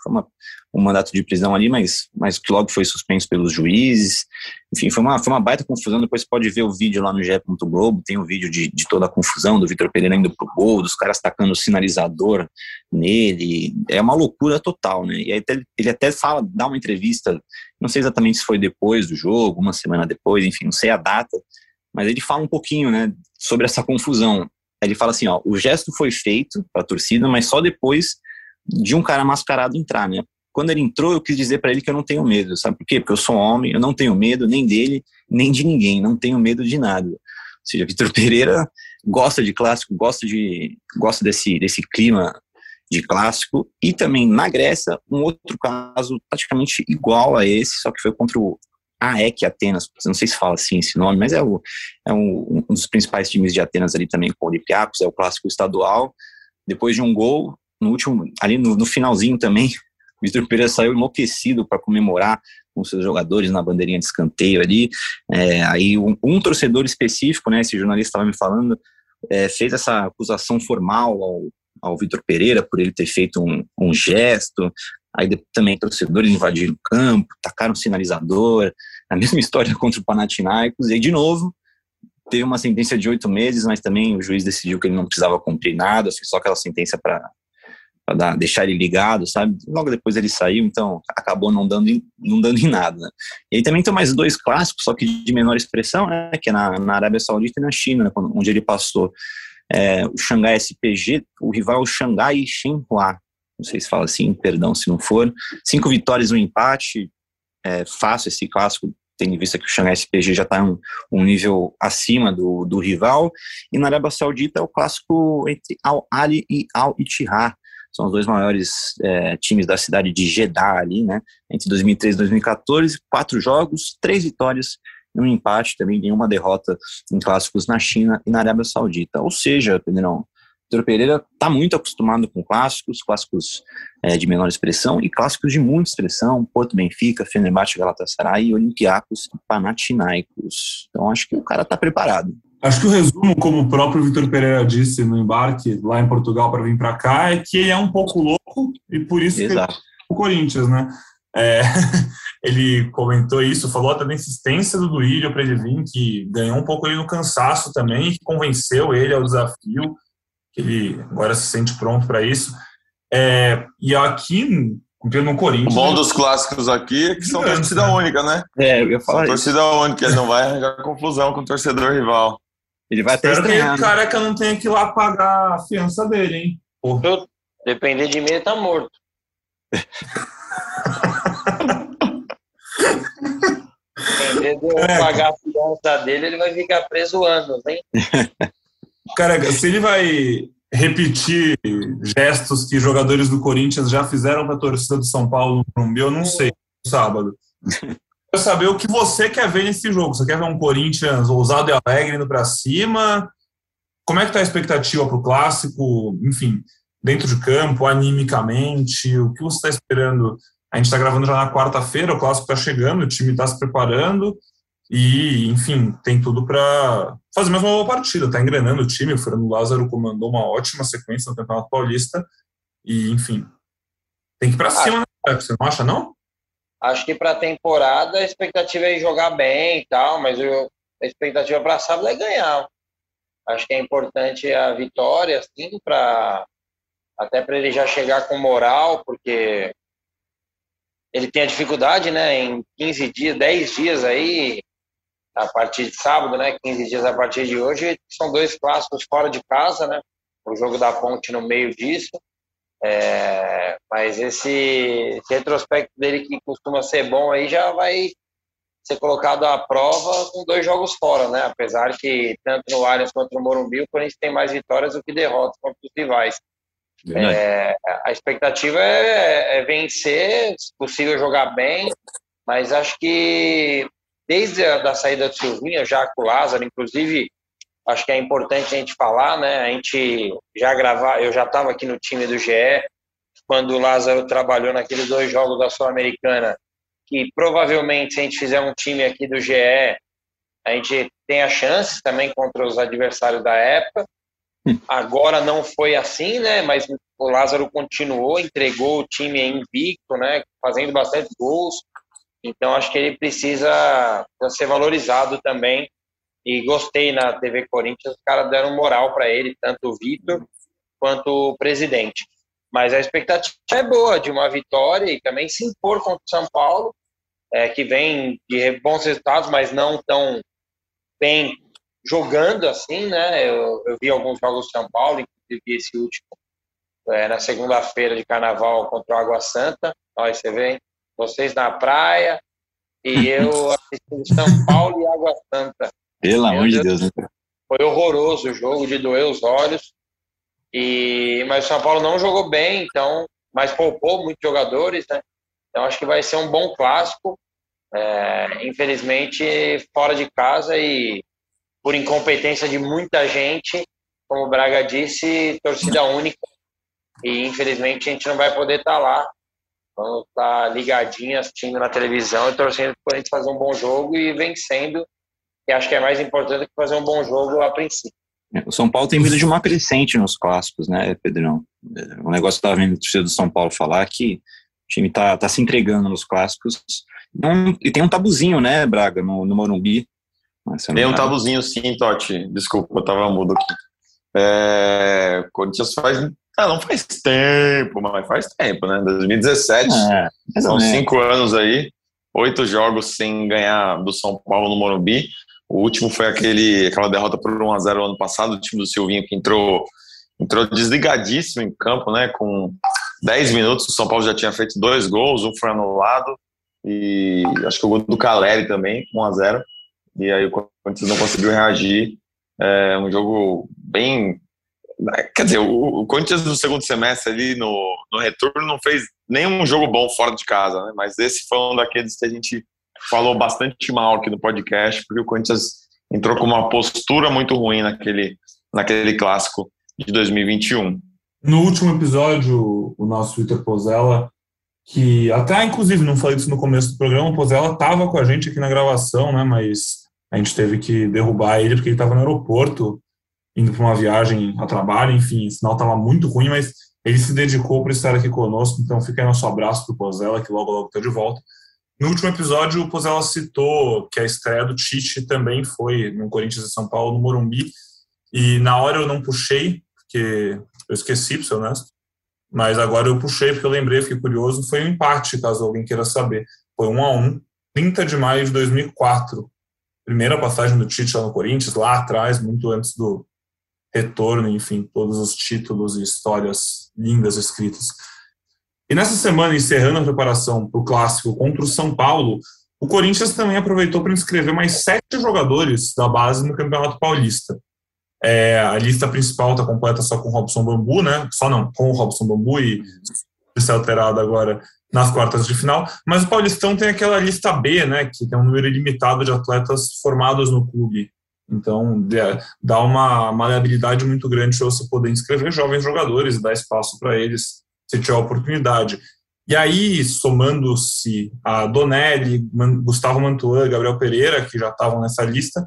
um mandato de prisão ali, mas que logo foi suspenso pelos juízes. Enfim, foi uma baita confusão. Depois você pode ver o vídeo lá no GE. Globo, tem o vídeo de toda a confusão, do Vitor Pereira indo pro gol, dos caras tacando o sinalizador nele, é uma loucura total, né? E aí ele até dá uma entrevista, não sei exatamente se foi depois do jogo, uma semana depois, enfim, não sei a data, mas ele fala um pouquinho, né, sobre essa confusão. Ele fala assim, o gesto foi feito para a torcida, mas só depois de um cara mascarado entrar, né? Quando ele entrou, eu quis dizer para ele que eu não tenho medo, sabe por quê? Porque eu sou homem, eu não tenho medo nem dele, nem de ninguém, não tenho medo de nada. Ou seja, Vitor Pereira gosta de clássico, gosta desse clima de clássico, e também na Grécia, um outro caso praticamente igual a esse, só que foi contra o AEK Atenas, não sei se fala assim esse nome, mas é um dos principais times de Atenas ali também, com o Olympiacos, é o clássico estadual. Depois de um gol, no último, ali no finalzinho também, o Vitor Pereira saiu enlouquecido para comemorar com seus jogadores na bandeirinha de escanteio ali. Aí um torcedor específico, né, esse jornalista estava me falando, fez essa acusação formal ao Vitor Pereira por ele ter feito um gesto. Aí também torcedores invadiram o campo, tacaram sinalizador, a mesma história contra o Panathinaikos, e aí de novo teve uma sentença de 8 meses, mas também o juiz decidiu que ele não precisava cumprir nada, fez só aquela sentença para deixar ele ligado, sabe? Logo depois ele saiu, então acabou não dando em nada, né? E aí também tem mais 2 clássicos, só que de menor expressão, né, que é na Arábia Saudita e na China, né, onde ele passou. O Xangai SPG, o rival é o Xangai Shenhua, não sei se fala assim, perdão se não for. 5 vitórias, 1 empate, fácil esse clássico, tendo em vista que o Xangai SPG já está um nível acima do rival. E na Arábia Saudita é o clássico entre Al-Ahly e Al-Ittihad, são os 2 maiores times da cidade de Jeddah ali, né? Entre 2013 e 2014, 4 jogos, 3 vitórias, 1 empate, também nenhuma derrota em clássicos na China e na Arábia Saudita. Ou seja, Pedrão, Vitor Pereira está muito acostumado com clássicos de menor expressão e clássicos de muita expressão, Porto, Benfica, Fenerbahçe, Galatasaray, Olympiacos e Panathinaikos. Então acho que o cara está preparado. Acho que o resumo, como o próprio Vitor Pereira disse no embarque lá em Portugal para vir para cá, é que ele é um pouco louco e por isso que ele é o Corinthians, né? Ele comentou isso, falou até da insistência do Duílio para ele vir, que ganhou um pouco ele no cansaço também, que convenceu ele ao desafio, que ele agora se sente pronto para isso. E aqui no Corinthians... O bom dos clássicos aqui é que são torcida única, né? Eu ia falar torcida única, ele não vai arranjar confusão com o torcedor rival. Ele vai até estranhar. Espero que o Careca não tenha que ir lá pagar a fiança dele, hein? Depender de mim, ele tá morto. Em vez de eu pagar a fiança dele, ele vai ficar preso anos, hein? Cara, se ele vai repetir gestos que jogadores do Corinthians já fizeram para a torcida do São Paulo no Morumbi, eu não sei, no sábado. Quero saber o que você quer ver nesse jogo. Você quer ver um Corinthians ousado e alegre indo para cima? Como é que tá a expectativa para o Clássico? Enfim, dentro de campo, animicamente, o que você está esperando? A gente está gravando já na quarta-feira, o Clássico está chegando, o time está se preparando e, enfim, tem tudo para fazer mais uma boa partida. Está engrenando o time, o Fernando Lázaro comandou uma ótima sequência no Campeonato Paulista e, enfim, tem que ir para cima, né? Você não acha, não? Acho que para a temporada a expectativa é jogar bem e tal, mas a expectativa para sábado é ganhar. Acho que é importante a vitória, assim, até para ele já chegar com moral, porque ele tem a dificuldade, né, em 15 dias, 10 dias aí, a partir de sábado, né, 15 dias a partir de hoje, são 2 clássicos fora de casa, né, o jogo da Ponte no meio disso, mas esse retrospecto dele que costuma ser bom aí já vai ser colocado à prova com 2 jogos fora, né, apesar que tanto no Allianz quanto no Morumbi o Corinthians tem mais vitórias do que derrotas contra os rivais. A expectativa é vencer, se possível jogar bem, mas acho que desde a saída do Silvinho, já com o Lázaro, inclusive, acho que é importante a gente falar, né? A gente eu já estava aqui no time do GE, quando o Lázaro trabalhou naqueles 2 jogos da Sul-Americana, que provavelmente se a gente fizer um time aqui do GE, a gente tem a chance também contra os adversários da época. Agora não foi assim, né? Mas o Lázaro continuou, entregou o time invicto, né? Fazendo bastante gols. Então acho que ele precisa ser valorizado também. E gostei na TV Corinthians, os caras deram moral para ele, tanto o Vitor quanto o presidente. Mas a expectativa é boa de uma vitória e também se impor contra o São Paulo, que vem de bons resultados, mas não tão bem jogando assim, né? Eu vi alguns jogos do São Paulo, inclusive esse último na segunda-feira de Carnaval contra o Água Santa. Olha, você vê, hein? Vocês na praia e eu assistindo São Paulo e Água Santa. Pelo amor de Deus, né? Foi horroroso o jogo, de doer os olhos. Mas o São Paulo não jogou bem, então, mas poupou muitos jogadores, né? Então acho que vai ser um bom clássico. Infelizmente, fora de casa e por incompetência de muita gente, como o Braga disse, torcida única. E infelizmente a gente não vai poder estar lá. Vamos estar ligadinho, assistindo na televisão e torcendo para a gente fazer um bom jogo e vencendo, que acho que é mais importante que fazer um bom jogo a princípio. O São Paulo tem vindo de uma crescente nos clássicos, né, Pedrão? Um negócio que eu estava vendo o torcedor do São Paulo falar que o time tá se entregando nos clássicos. E tem um tabuzinho, né, Braga, no Morumbi. Tem um tabuzinho sim, Totti. Desculpa, eu tava mudo aqui. Corinthians não faz tempo, mas faz tempo, né? 2017. São 5 anos aí. 8 jogos sem ganhar do São Paulo no Morumbi. O último foi aquela derrota por 1-0 ano passado, o time do Silvinho que entrou desligadíssimo em campo, né? Com 10 minutos, o São Paulo já tinha feito 2 gols, um foi anulado. E acho que o gol do Caleri também, 1-0. E aí o Corinthians não conseguiu reagir. Um jogo bem... Quer dizer, o Corinthians no segundo semestre ali no retorno não fez nenhum jogo bom fora de casa, né? Mas esse foi um daqueles que a gente falou bastante mal aqui no podcast, porque o Corinthians entrou com uma postura muito ruim naquele clássico de 2021. No último episódio, o nosso Vitor Pozella, que até inclusive não falei isso no começo do programa, o Pozella estava com a gente aqui na gravação, né? Mas a gente teve que derrubar ele porque ele estava no aeroporto, indo para uma viagem a trabalho, enfim, o sinal estava muito ruim, mas ele se dedicou para estar aqui conosco, então fica aí nosso abraço para o Pozella, que logo está de volta. No último episódio, o Pozella citou que a estreia do Tite também foi no Corinthians e São Paulo, no Morumbi, e na hora eu não puxei, porque eu esqueci, para ser honesto, mas agora eu puxei porque eu lembrei, fiquei curioso, foi um empate, caso alguém queira saber. Foi 1-1, 30 de maio de 2004, primeira passagem do Tite lá no Corinthians, lá atrás, muito antes do retorno, enfim, todos os títulos e histórias lindas escritas. E nessa semana, encerrando a preparação para o Clássico contra o São Paulo, o Corinthians também aproveitou para inscrever mais 7 jogadores da base no Campeonato Paulista. A lista principal está completa só com o Robson Bambu, né? Só não, com o Robson Bambu e ser alterado agora nas quartas de final. Mas o Paulistão tem aquela lista B, né? Que tem um número ilimitado de atletas formados no clube. Então, dá uma maleabilidade muito grande para você poder inscrever jovens jogadores e dar espaço para eles, se tiver a oportunidade. E aí, somando-se a Donelli, Gustavo Mantuan, Gabriel Pereira, que já estavam nessa lista,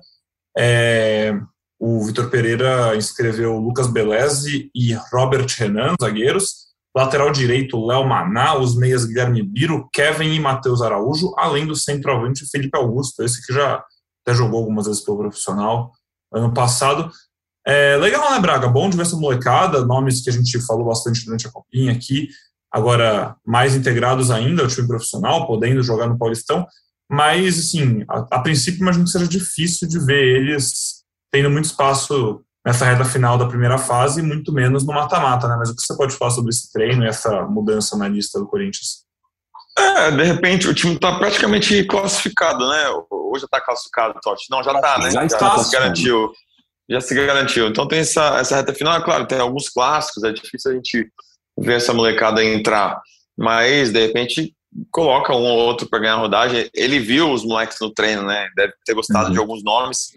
o Vitor Pereira inscreveu Lucas Belezzi e Robert Renan, zagueiros, lateral direito Léo Maná, os meias Guilherme Biro, Kevin e Matheus Araújo, além do centroavante Felipe Augusto, esse que já até jogou algumas vezes pelo profissional ano passado. Legal, né, Braga? Bom de ver essa molecada, nomes que a gente falou bastante durante a Copinha aqui, agora mais integrados ainda ao time profissional, podendo jogar no Paulistão, mas, assim, a princípio imagino que seja difícil de ver eles tendo muito espaço nessa reta final da primeira fase e muito menos no mata-mata, né? Mas o que você pode falar sobre esse treino e essa mudança na lista do Corinthians? De repente o time está praticamente classificado, né? Ou já está classificado, Totti? Não, já está, né? Já se garantiu. Já se garantiu. Então tem essa reta final, é claro, tem alguns clássicos, é difícil a gente ver essa molecada entrar, mas de repente coloca um ou outro para ganhar a rodagem. Ele viu os moleques no treino, né? Deve ter gostado de alguns nomes.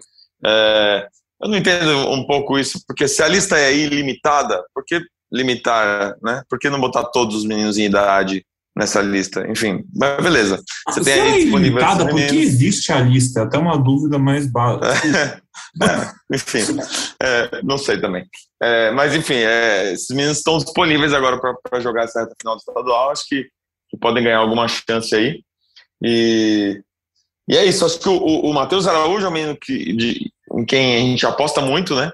Eu não entendo um pouco isso, porque se a lista é ilimitada, por que limitar, né? Por que não botar todos os meninos em idade nessa lista? Enfim, mas beleza. Você tem aí disponível. Por que existe a lista? Até uma dúvida mais básica. Enfim, não sei também. Mas enfim, esses meninos estão disponíveis agora para jogar essa reta final do estadual. Acho que podem ganhar alguma chance aí. E é isso. Acho que o Matheus Araújo é um menino em quem a gente aposta muito, né?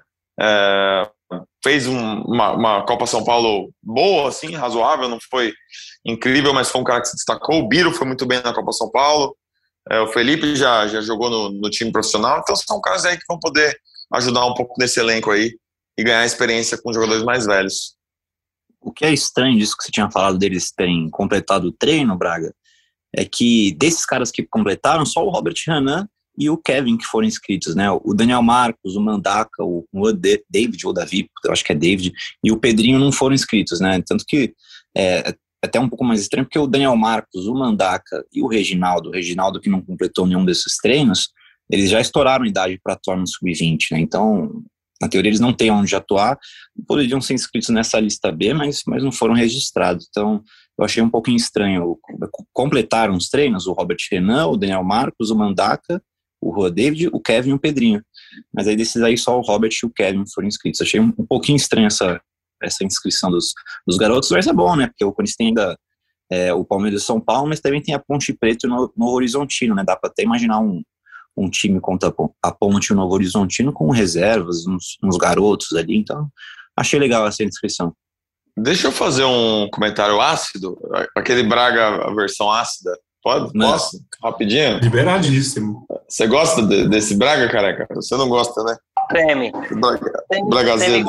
Fez uma Copa São Paulo boa, assim, razoável, não foi incrível, mas foi um cara que se destacou. O Biro foi muito bem na Copa São Paulo. O Felipe já jogou no time profissional. Então são caras aí que vão poder ajudar um pouco nesse elenco aí e ganhar experiência com jogadores mais velhos. O que é estranho disso que você tinha falado deles terem completado o treino, Braga, é que desses caras que completaram, só o Robert Renan e o Kevin que foram inscritos, né? O Daniel Marcos, o Mandaca, o David, ou Davi, eu acho que é David, e o Pedrinho não foram inscritos, né? Tanto que é até um pouco mais estranho, porque o Daniel Marcos, o Mandaca e o Reginaldo que não completou nenhum desses treinos, eles já estouraram a idade para atuar no Sub-20, né? Então, na teoria, eles não têm onde atuar, poderiam ser inscritos nessa lista B, mas não foram registrados. Então, eu achei um pouquinho estranho. Completaram os treinos, o Robert Renan, o Daniel Marcos, o Mandaca, o Rua David, o Kevin e o Pedrinho. Mas aí desses aí só o Robert e o Kevin foram inscritos. Achei um pouquinho estranho essa inscrição dos garotos, mas é bom, né? Porque o Corinthians tem ainda o Palmeiras e São Paulo, mas também tem a Ponte Preta e o Novo Horizontino, né? Dá para até imaginar um time contra a Ponte e o Novo Horizontino com reservas, uns garotos ali. Então, achei legal essa inscrição. Deixa eu fazer um comentário ácido, aquele Braga, a versão ácida. Posso? Rapidinho? Liberadíssimo. Você gosta desse Braga, careca? Você não gosta, né? Treme. Bragazedo.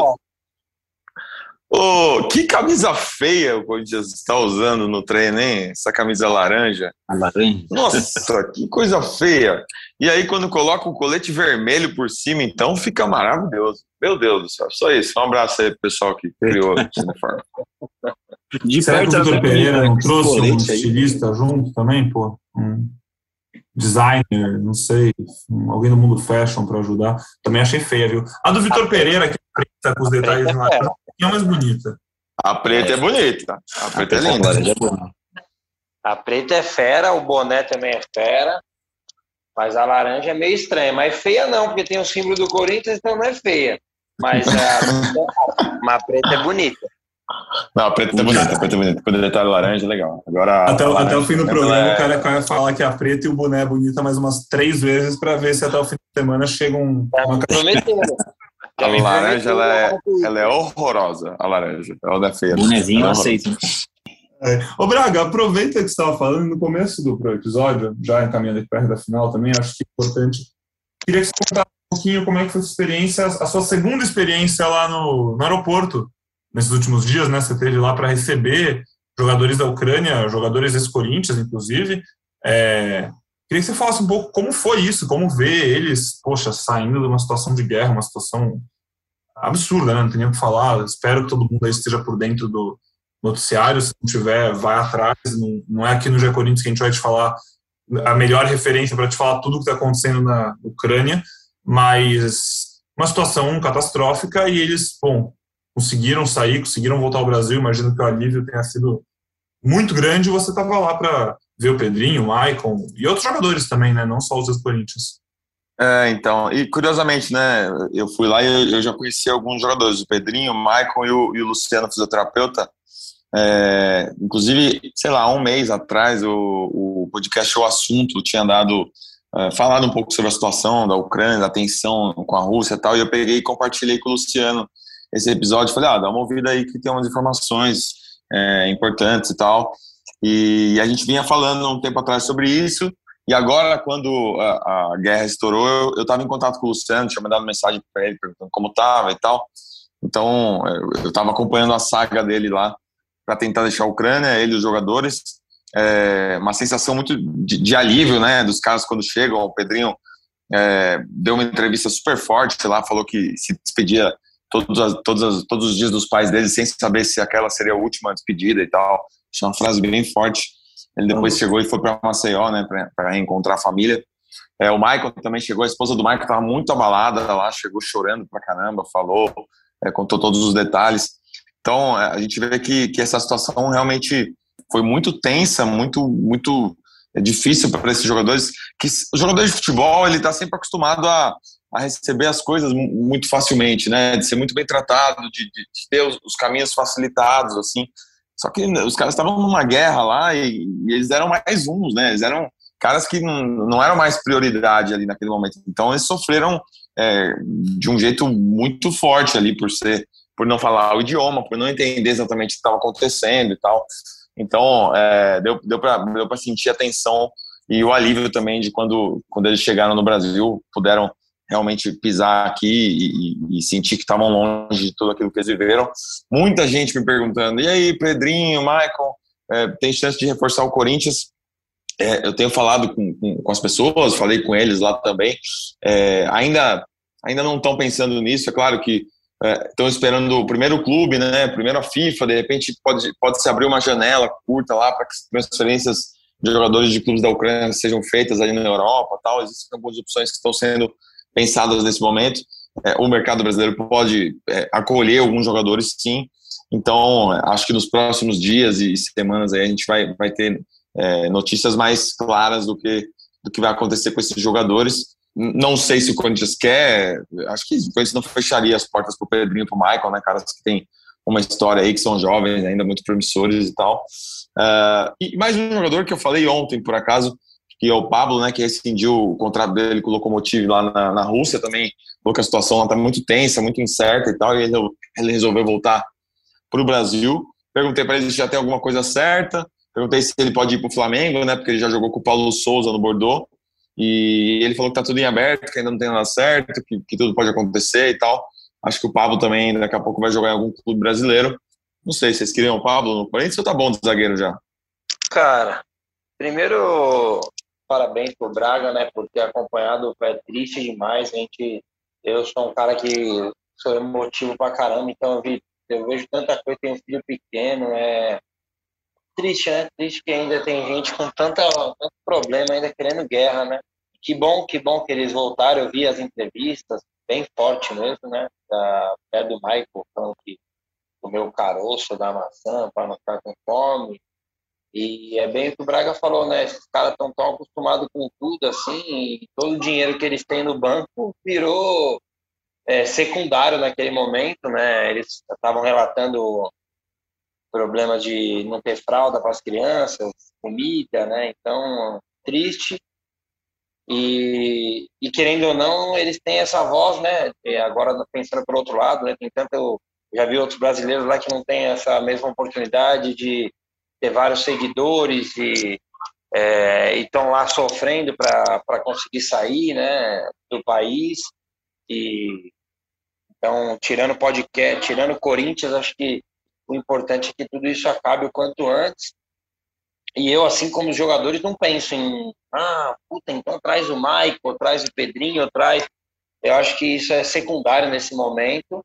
Que camisa feia o Corinthians está usando no treino, hein? Essa camisa laranja. A laranja? Nossa, que coisa feia. E aí, quando coloca um colete vermelho por cima, então, fica maravilhoso. Meu Deus do céu, só isso. Um abraço aí pro pessoal que criou o uniforme. Será que o Vitor Pereira não trouxe um estilista junto também, pô? Um designer, não sei, alguém do mundo fashion para ajudar. Também achei feia, viu? A do Vitor Pereira, que é preta com os detalhes na é a mais bonita. A preta é bonita. A preta é linda. A preta é fera, o boné também é fera, mas a laranja é meio estranha. Mas feia não, porque tem o símbolo do Corinthians, então não é feia. Mas a preta é bonita. Não, a preta é bonita. Com o detalhe laranja é legal. Agora, até o fim do programa, o cara vai falar que a preta e o boné é bonita mais umas 3 vezes para ver se até o fim de semana chega uma... A laranja, ela é horrorosa, a laranja. Ela é feia. Bonezinho eu aceito. Ô Braga, aproveita que você estava falando no começo do episódio, já encaminhando aqui perto da final também, acho que é importante. Queria que você contasse um pouquinho como é que foi a sua experiência, a sua segunda experiência lá no aeroporto, nesses últimos dias, né? Você esteve lá para receber jogadores da Ucrânia, jogadores ex-Corinthians, inclusive. Queria que você falasse um pouco como foi isso, como ver eles, poxa, saindo de uma situação de guerra, uma situação absurda, né? Não tem nem o que falar. Espero que todo mundo aí esteja por dentro do noticiário. Se não tiver, vai atrás. Não é aqui no GE Corinthians que a gente vai te falar a melhor referência para te falar tudo o que está acontecendo na Ucrânia, mas uma situação catastrófica e eles, bom, conseguiram sair, conseguiram voltar ao Brasil. Imagino que o alívio tenha sido muito grande. Você estava lá para ver o Pedrinho, o Maicon e outros jogadores também, né? Não só os ex-Corinthians. Então, e curiosamente, né, eu fui lá e eu já conheci alguns jogadores, o Pedrinho, o Maicon e o Luciano, fisioterapeuta. Inclusive, sei lá, um mês atrás, o podcast O Assunto tinha falado um pouco sobre a situação da Ucrânia, da tensão com a Rússia e tal, e eu peguei e compartilhei com o Luciano esse episódio. Falei, dá uma ouvida aí que tem umas informações importantes e tal. E a gente vinha falando um tempo atrás sobre isso. E agora, quando a guerra estourou, eu estava em contato com o Luciano, tinha mandado mensagem para ele perguntando como estava e tal. Então, eu estava acompanhando a saga dele lá para tentar deixar a Ucrânia, ele e os jogadores. Uma sensação muito de alívio, né, dos caras quando chegam. O Pedrinho deu uma entrevista super forte lá, falou que se despedia todos os dias dos pais dele sem saber se aquela seria a última despedida e tal. Achei uma frase bem forte. Ele depois chegou e foi para Maceió, né, para reencontrar a família. O Maicon também chegou, a esposa do Maicon estava muito abalada lá, chegou chorando pra caramba, falou, contou todos os detalhes. Então, a gente vê que essa situação realmente foi muito tensa, muito difícil para esses jogadores. Que os jogadores de futebol, ele está sempre acostumado a receber as coisas muito facilmente, né, de ser muito bem tratado, de ter os caminhos facilitados, assim. Só que os caras estavam numa guerra lá e eles eram mais uns, né? Eles eram caras que não eram mais prioridade ali naquele momento. Então eles sofreram de um jeito muito forte ali por não falar o idioma, por não entender exatamente o que estava acontecendo e tal. Então deu para sentir a tensão e o alívio também de quando eles chegaram no Brasil, puderam realmente pisar aqui e sentir que estavam longe de tudo aquilo que eles viveram. Muita gente me perguntando, e aí, Pedrinho, Maicon, tem chance de reforçar o Corinthians? Eu tenho falado com as pessoas, falei com eles lá também, ainda não estão pensando nisso. É claro que estão esperando o primeiro clube, né, primeiro a FIFA, de repente pode se abrir uma janela curta lá para que transferências de jogadores de clubes da Ucrânia sejam feitas ali na Europa, tal. Existem algumas opções que estão sendo pensadas nesse momento. O mercado brasileiro pode acolher alguns jogadores, sim. Então, acho que nos próximos dias e semanas aí a gente vai ter notícias mais claras do que vai acontecer com esses jogadores. Não sei se o Corinthians quer, acho que o Corinthians não fecharia as portas para o Pedrinho e para o Maicon, né, caras que têm uma história aí, que são jovens, ainda muito promissores e tal. E mais um jogador que eu falei ontem, por acaso, que é o Pablo, né, que rescindiu o contrato dele com o Lokomotiv lá na Rússia também, falou que a situação lá está muito tensa, muito incerta e tal, e ele resolveu voltar para o Brasil. Perguntei para ele se já tem alguma coisa certa, perguntei se ele pode ir para o Flamengo, né, porque ele já jogou com o Paulo Souza no Bordeaux, e ele falou que está tudo em aberto, que ainda não tem nada certo, que tudo pode acontecer e tal. Acho que o Pablo também daqui a pouco vai jogar em algum clube brasileiro. Não sei, vocês queriam o Pablo no Corinthians ou tá bom de zagueiro já? Cara, primeiro, parabéns pro Braga, né, por ter acompanhado. É triste demais, eu sou um cara que sou emotivo pra caramba, então eu vejo tanta coisa, tenho um filho pequeno, triste, né, triste que ainda tem gente com tanto problema, ainda querendo guerra, né. Que bom que eles voltaram. Eu vi as entrevistas, bem forte mesmo, né, do Michael, falando que comeu o caroço da maçã para não ficar com fome. E é bem o que o Braga falou, né? Esses caras estão tão acostumados com tudo, assim, e todo o dinheiro que eles têm no banco virou secundário naquele momento, né? Eles estavam relatando problema de não ter fralda para as crianças, comida, né? Então, triste. E querendo ou não, eles têm essa voz, né? E agora, pensando por outro lado, né? Já vi outros brasileiros lá que não têm essa mesma oportunidade de ter vários seguidores e estão lá sofrendo para conseguir sair, né, do país. E então, tirando podcast, tirando o Corinthians, acho que o importante é que tudo isso acabe o quanto antes. E eu, assim como os jogadores, não penso em então traz o Maicon, traz o Pedrinho, traz... Eu acho que isso é secundário nesse momento.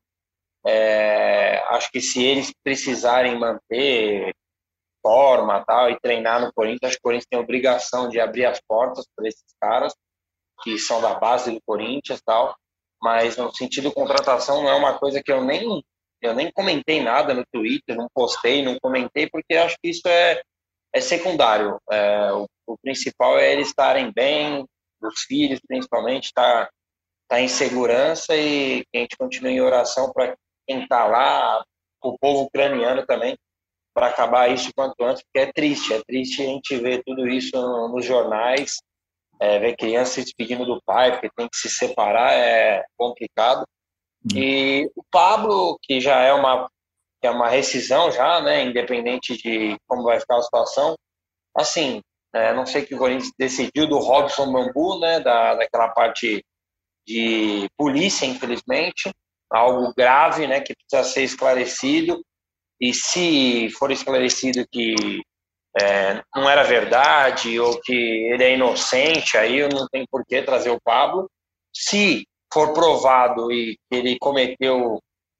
Acho que se eles precisarem manter forma tal, e treinar no Corinthians, acho que o Corinthians tem a obrigação de abrir as portas para esses caras que são da base do Corinthians tal, mas no sentido de contratação não é uma coisa que eu nem comentei nada no Twitter, não postei, não comentei, porque acho que isso é secundário. O principal é eles estarem bem, os filhos principalmente, tá em segurança, e que a gente continue em oração para quem está lá, o povo ucraniano também, para acabar isso quanto antes, porque é triste a gente ver tudo isso nos jornais, ver criança se despedindo do pai, porque tem que se separar, é complicado. E o Pablo, que já é uma rescisão já, né, independente de como vai ficar a situação, assim, não sei que o Corinthians decidiu do Robson Bambu, né, daquela parte de polícia, infelizmente, algo grave, né, que precisa ser esclarecido, e se for esclarecido que não era verdade ou que ele é inocente, aí eu não tenho por que trazer o Pablo. Se for provado e que ele cometeu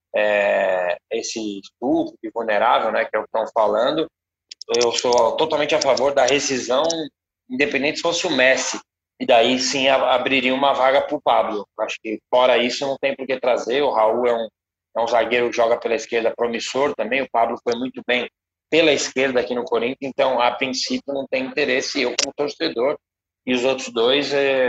esse estupro vulnerável, né, que é o que estão falando, eu sou totalmente a favor da rescisão, independente se fosse o Messi, e daí sim abriria uma vaga para o Pablo. Acho que fora isso não tem por que trazer. O Raul é um zagueiro que joga pela esquerda promissor também, o Pablo foi muito bem pela esquerda aqui no Corinthians, então a princípio não tem interesse, eu como torcedor, e os outros dois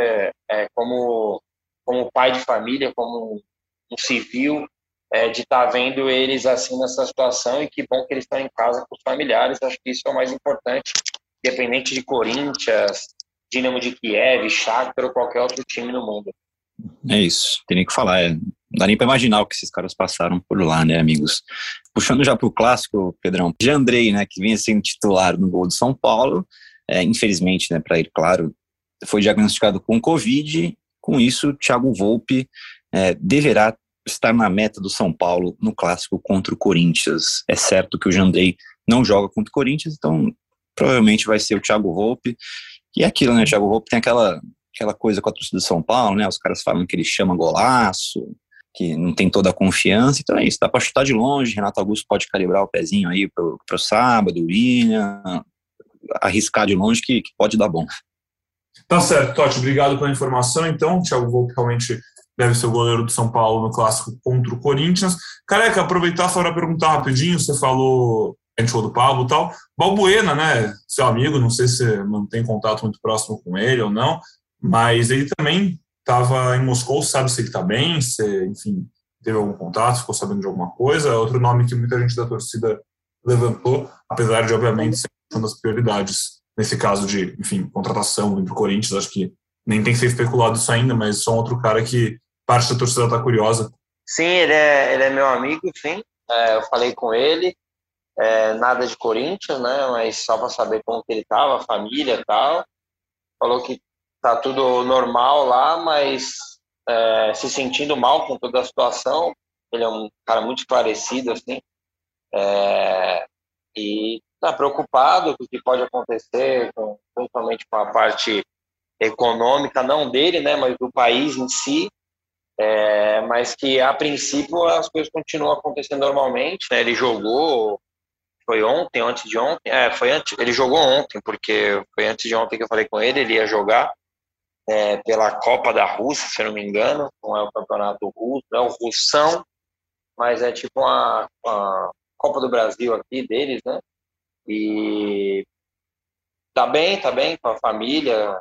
como pai de família, como um civil, de estar vendo eles assim nessa situação, e que bom que eles estão em casa com os familiares. Acho que isso é o mais importante, independente de Corinthians, Dinamo de Kiev, Shakhtar ou qualquer outro time no mundo. É isso, tem nem que falar, não dá nem pra imaginar o que esses caras passaram por lá, né, amigos? Puxando já pro clássico, Pedrão, Jandrei, né, que vinha sendo titular no gol do São Paulo, infelizmente, né, pra ele, claro, foi diagnosticado com Covid. Com isso, Thiago Volpi deverá estar na meta do São Paulo no clássico contra o Corinthians. É certo que o Jandrei não joga contra o Corinthians, então provavelmente vai ser o Thiago Volpi. E é aquilo, né, o Thiago Volpi tem aquela coisa com a torcida de São Paulo, né, os caras falam que ele chama golaço, que não tem toda a confiança, então é isso, dá pra chutar de longe. Renato Augusto pode calibrar o pezinho aí pro sábado, o William, arriscar de longe que pode dar bom. Tá certo, Totti, obrigado pela informação. Então, o Thiago Volpi realmente deve ser o goleiro do São Paulo no clássico contra o Corinthians. Careca, aproveitar só para perguntar rapidinho, você falou, a gente falou do Pablo e tal, Balbuena, né, seu amigo, não sei se você mantém contato muito próximo com ele ou não, mas ele também estava em Moscou, sabe se ele está bem, se, enfim, teve algum contato, ficou sabendo de alguma coisa. Outro nome que muita gente da torcida levantou, apesar de, obviamente, ser uma das prioridades nesse caso de, enfim, contratação entre o Corinthians. Acho que nem tem que ser especulado isso ainda, mas só um outro cara que parte da torcida está curiosa. Sim, ele é meu amigo, sim. Eu falei com ele, nada de Corinthians, né, mas só para saber como que ele estava, a família e tal. Falou que tá tudo normal lá, mas se sentindo mal com toda a situação. Ele é um cara muito esclarecido, assim, e tá preocupado com o que pode acontecer, principalmente com a parte econômica, não dele, né, mas do país em si, mas que a princípio as coisas continuam acontecendo normalmente, né? Ele jogou, foi ontem, antes de ontem, ele jogou ontem, porque foi antes de ontem que eu falei com ele, ele ia jogar pela Copa da Rússia, se eu não me engano, não é o campeonato russo, não é o Russão, mas é tipo uma Copa do Brasil aqui deles, né? E tá bem com a família,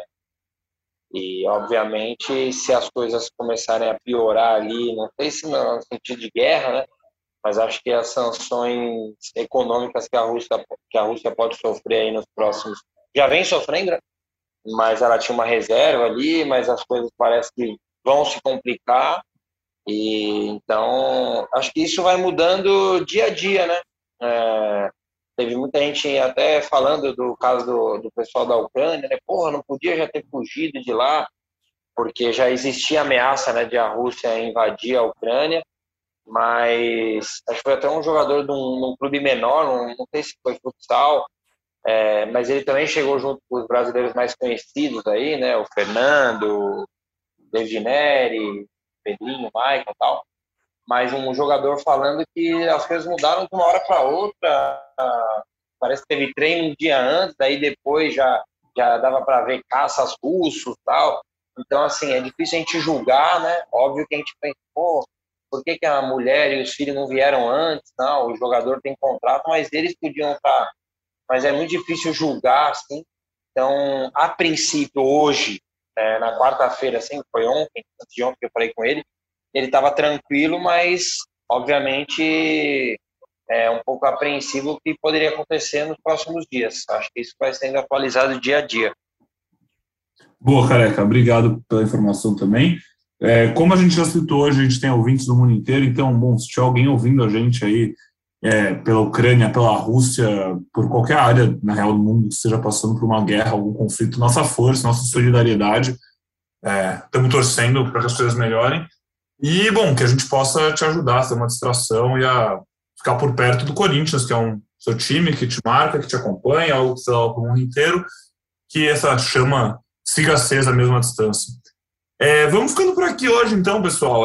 e obviamente se as coisas começarem a piorar ali, não sei se no sentido de guerra, né? Mas acho que as sanções econômicas que a Rússia pode sofrer aí nos próximos, já vem sofrendo, né? Mas ela tinha uma reserva ali, mas as coisas parecem que vão se complicar, e então acho que isso vai mudando dia a dia, né? Teve muita gente até falando do caso do pessoal da Ucrânia, né? Porra, não podia já ter fugido de lá, porque já existia ameaça, né, de a Rússia invadir a Ucrânia, mas acho que foi até um jogador de um clube menor, não sei se foi futsal, mas ele também chegou junto com os brasileiros mais conhecidos aí, né? O Fernando, David Neri, Pedrinho, Michael e tal. Mas um jogador falando que as coisas mudaram de uma hora para outra. Parece que teve treino um dia antes, daí depois já dava para ver caças russos e tal. Então, assim, é difícil a gente julgar, né? Óbvio que a gente pensa, pô, por que a mulher e os filhos não vieram antes? Não, o jogador tem contrato, mas eles podiam estar. Mas é muito difícil julgar, assim. Então, a princípio, hoje, na quarta-feira, assim, foi ontem, antes de ontem que eu falei com ele estava tranquilo, mas, obviamente, é um pouco apreensivo o que poderia acontecer nos próximos dias. Acho que isso vai sendo atualizado dia a dia. Boa, Careca. Obrigado pela informação também. Como a gente já citou hoje, a gente tem ouvintes do mundo inteiro, então, bom, se tiver alguém ouvindo a gente aí pela Ucrânia, pela Rússia, por qualquer área, na real, do mundo que esteja passando por uma guerra, algum conflito, nossa força, nossa solidariedade, estamos torcendo para que as coisas melhorem. E, bom, que a gente possa te ajudar a ter uma distração e a ficar por perto do Corinthians, que é um seu time que te marca, que te acompanha, algo que você dá para o mundo inteiro, que essa chama siga acesa mesmo à distância. Vamos ficando por aqui hoje, então, pessoal.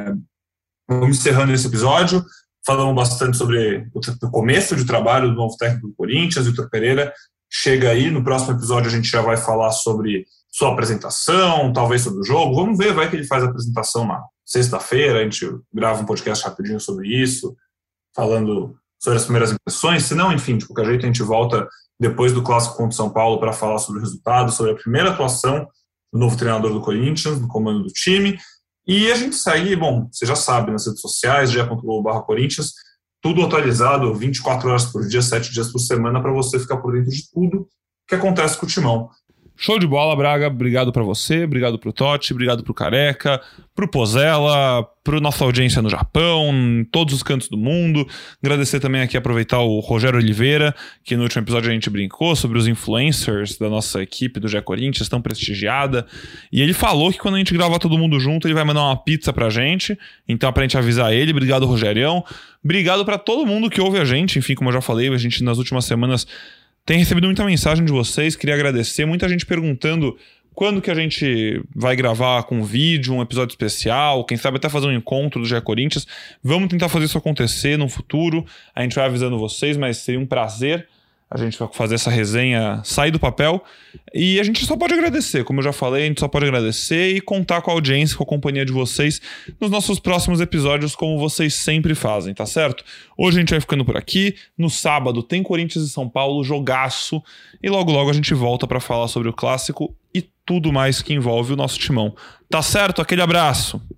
Vamos encerrando esse episódio. Falamos bastante sobre o começo de trabalho do novo técnico do Corinthians, Vitor Pereira. Chega aí, no próximo episódio a gente já vai falar sobre sua apresentação, talvez sobre o jogo. Vamos ver, vai que ele faz a apresentação na sexta-feira, a gente grava um podcast rapidinho sobre isso, falando sobre as primeiras impressões. Se não, enfim, de qualquer jeito a gente volta depois do clássico contra o São Paulo para falar sobre o resultado, sobre a primeira atuação do novo treinador do Corinthians, no comando do time. E a gente segue, bom, você já sabe, nas redes sociais, ge.globo/Corinthians, tudo atualizado, 24 horas por dia, 7 dias por semana, para você ficar por dentro de tudo que acontece com o Timão. Show de bola, Braga. Obrigado pra você, obrigado pro Totti, obrigado pro Careca, pro Pozella, pro nossa audiência no Japão, em todos os cantos do mundo. Agradecer também aqui, aproveitar o Rogério Oliveira, que no último episódio a gente brincou sobre os influencers da nossa equipe do GE Corinthians, tão prestigiada. E ele falou que quando a gente gravar todo mundo junto, ele vai mandar uma pizza pra gente. Então, pra gente avisar ele, obrigado, Rogerião. Obrigado pra todo mundo que ouve a gente. Enfim, como eu já falei, a gente nas últimas semanas tem recebido muita mensagem de vocês, queria agradecer, muita gente perguntando quando que a gente vai gravar com vídeo, um episódio especial, quem sabe até fazer um encontro do GE Corinthians. Vamos tentar fazer isso acontecer no futuro, a gente vai avisando vocês, mas seria um prazer a gente vai fazer essa resenha sair do papel. E a gente só pode agradecer, como eu já falei, a gente só pode agradecer e contar com a audiência, com a companhia de vocês nos nossos próximos episódios, como vocês sempre fazem, tá certo? Hoje a gente vai ficando por aqui. No sábado tem Corinthians e São Paulo, jogaço. E logo logo a gente volta para falar sobre o clássico e tudo mais que envolve o nosso timão. Tá certo? Aquele abraço!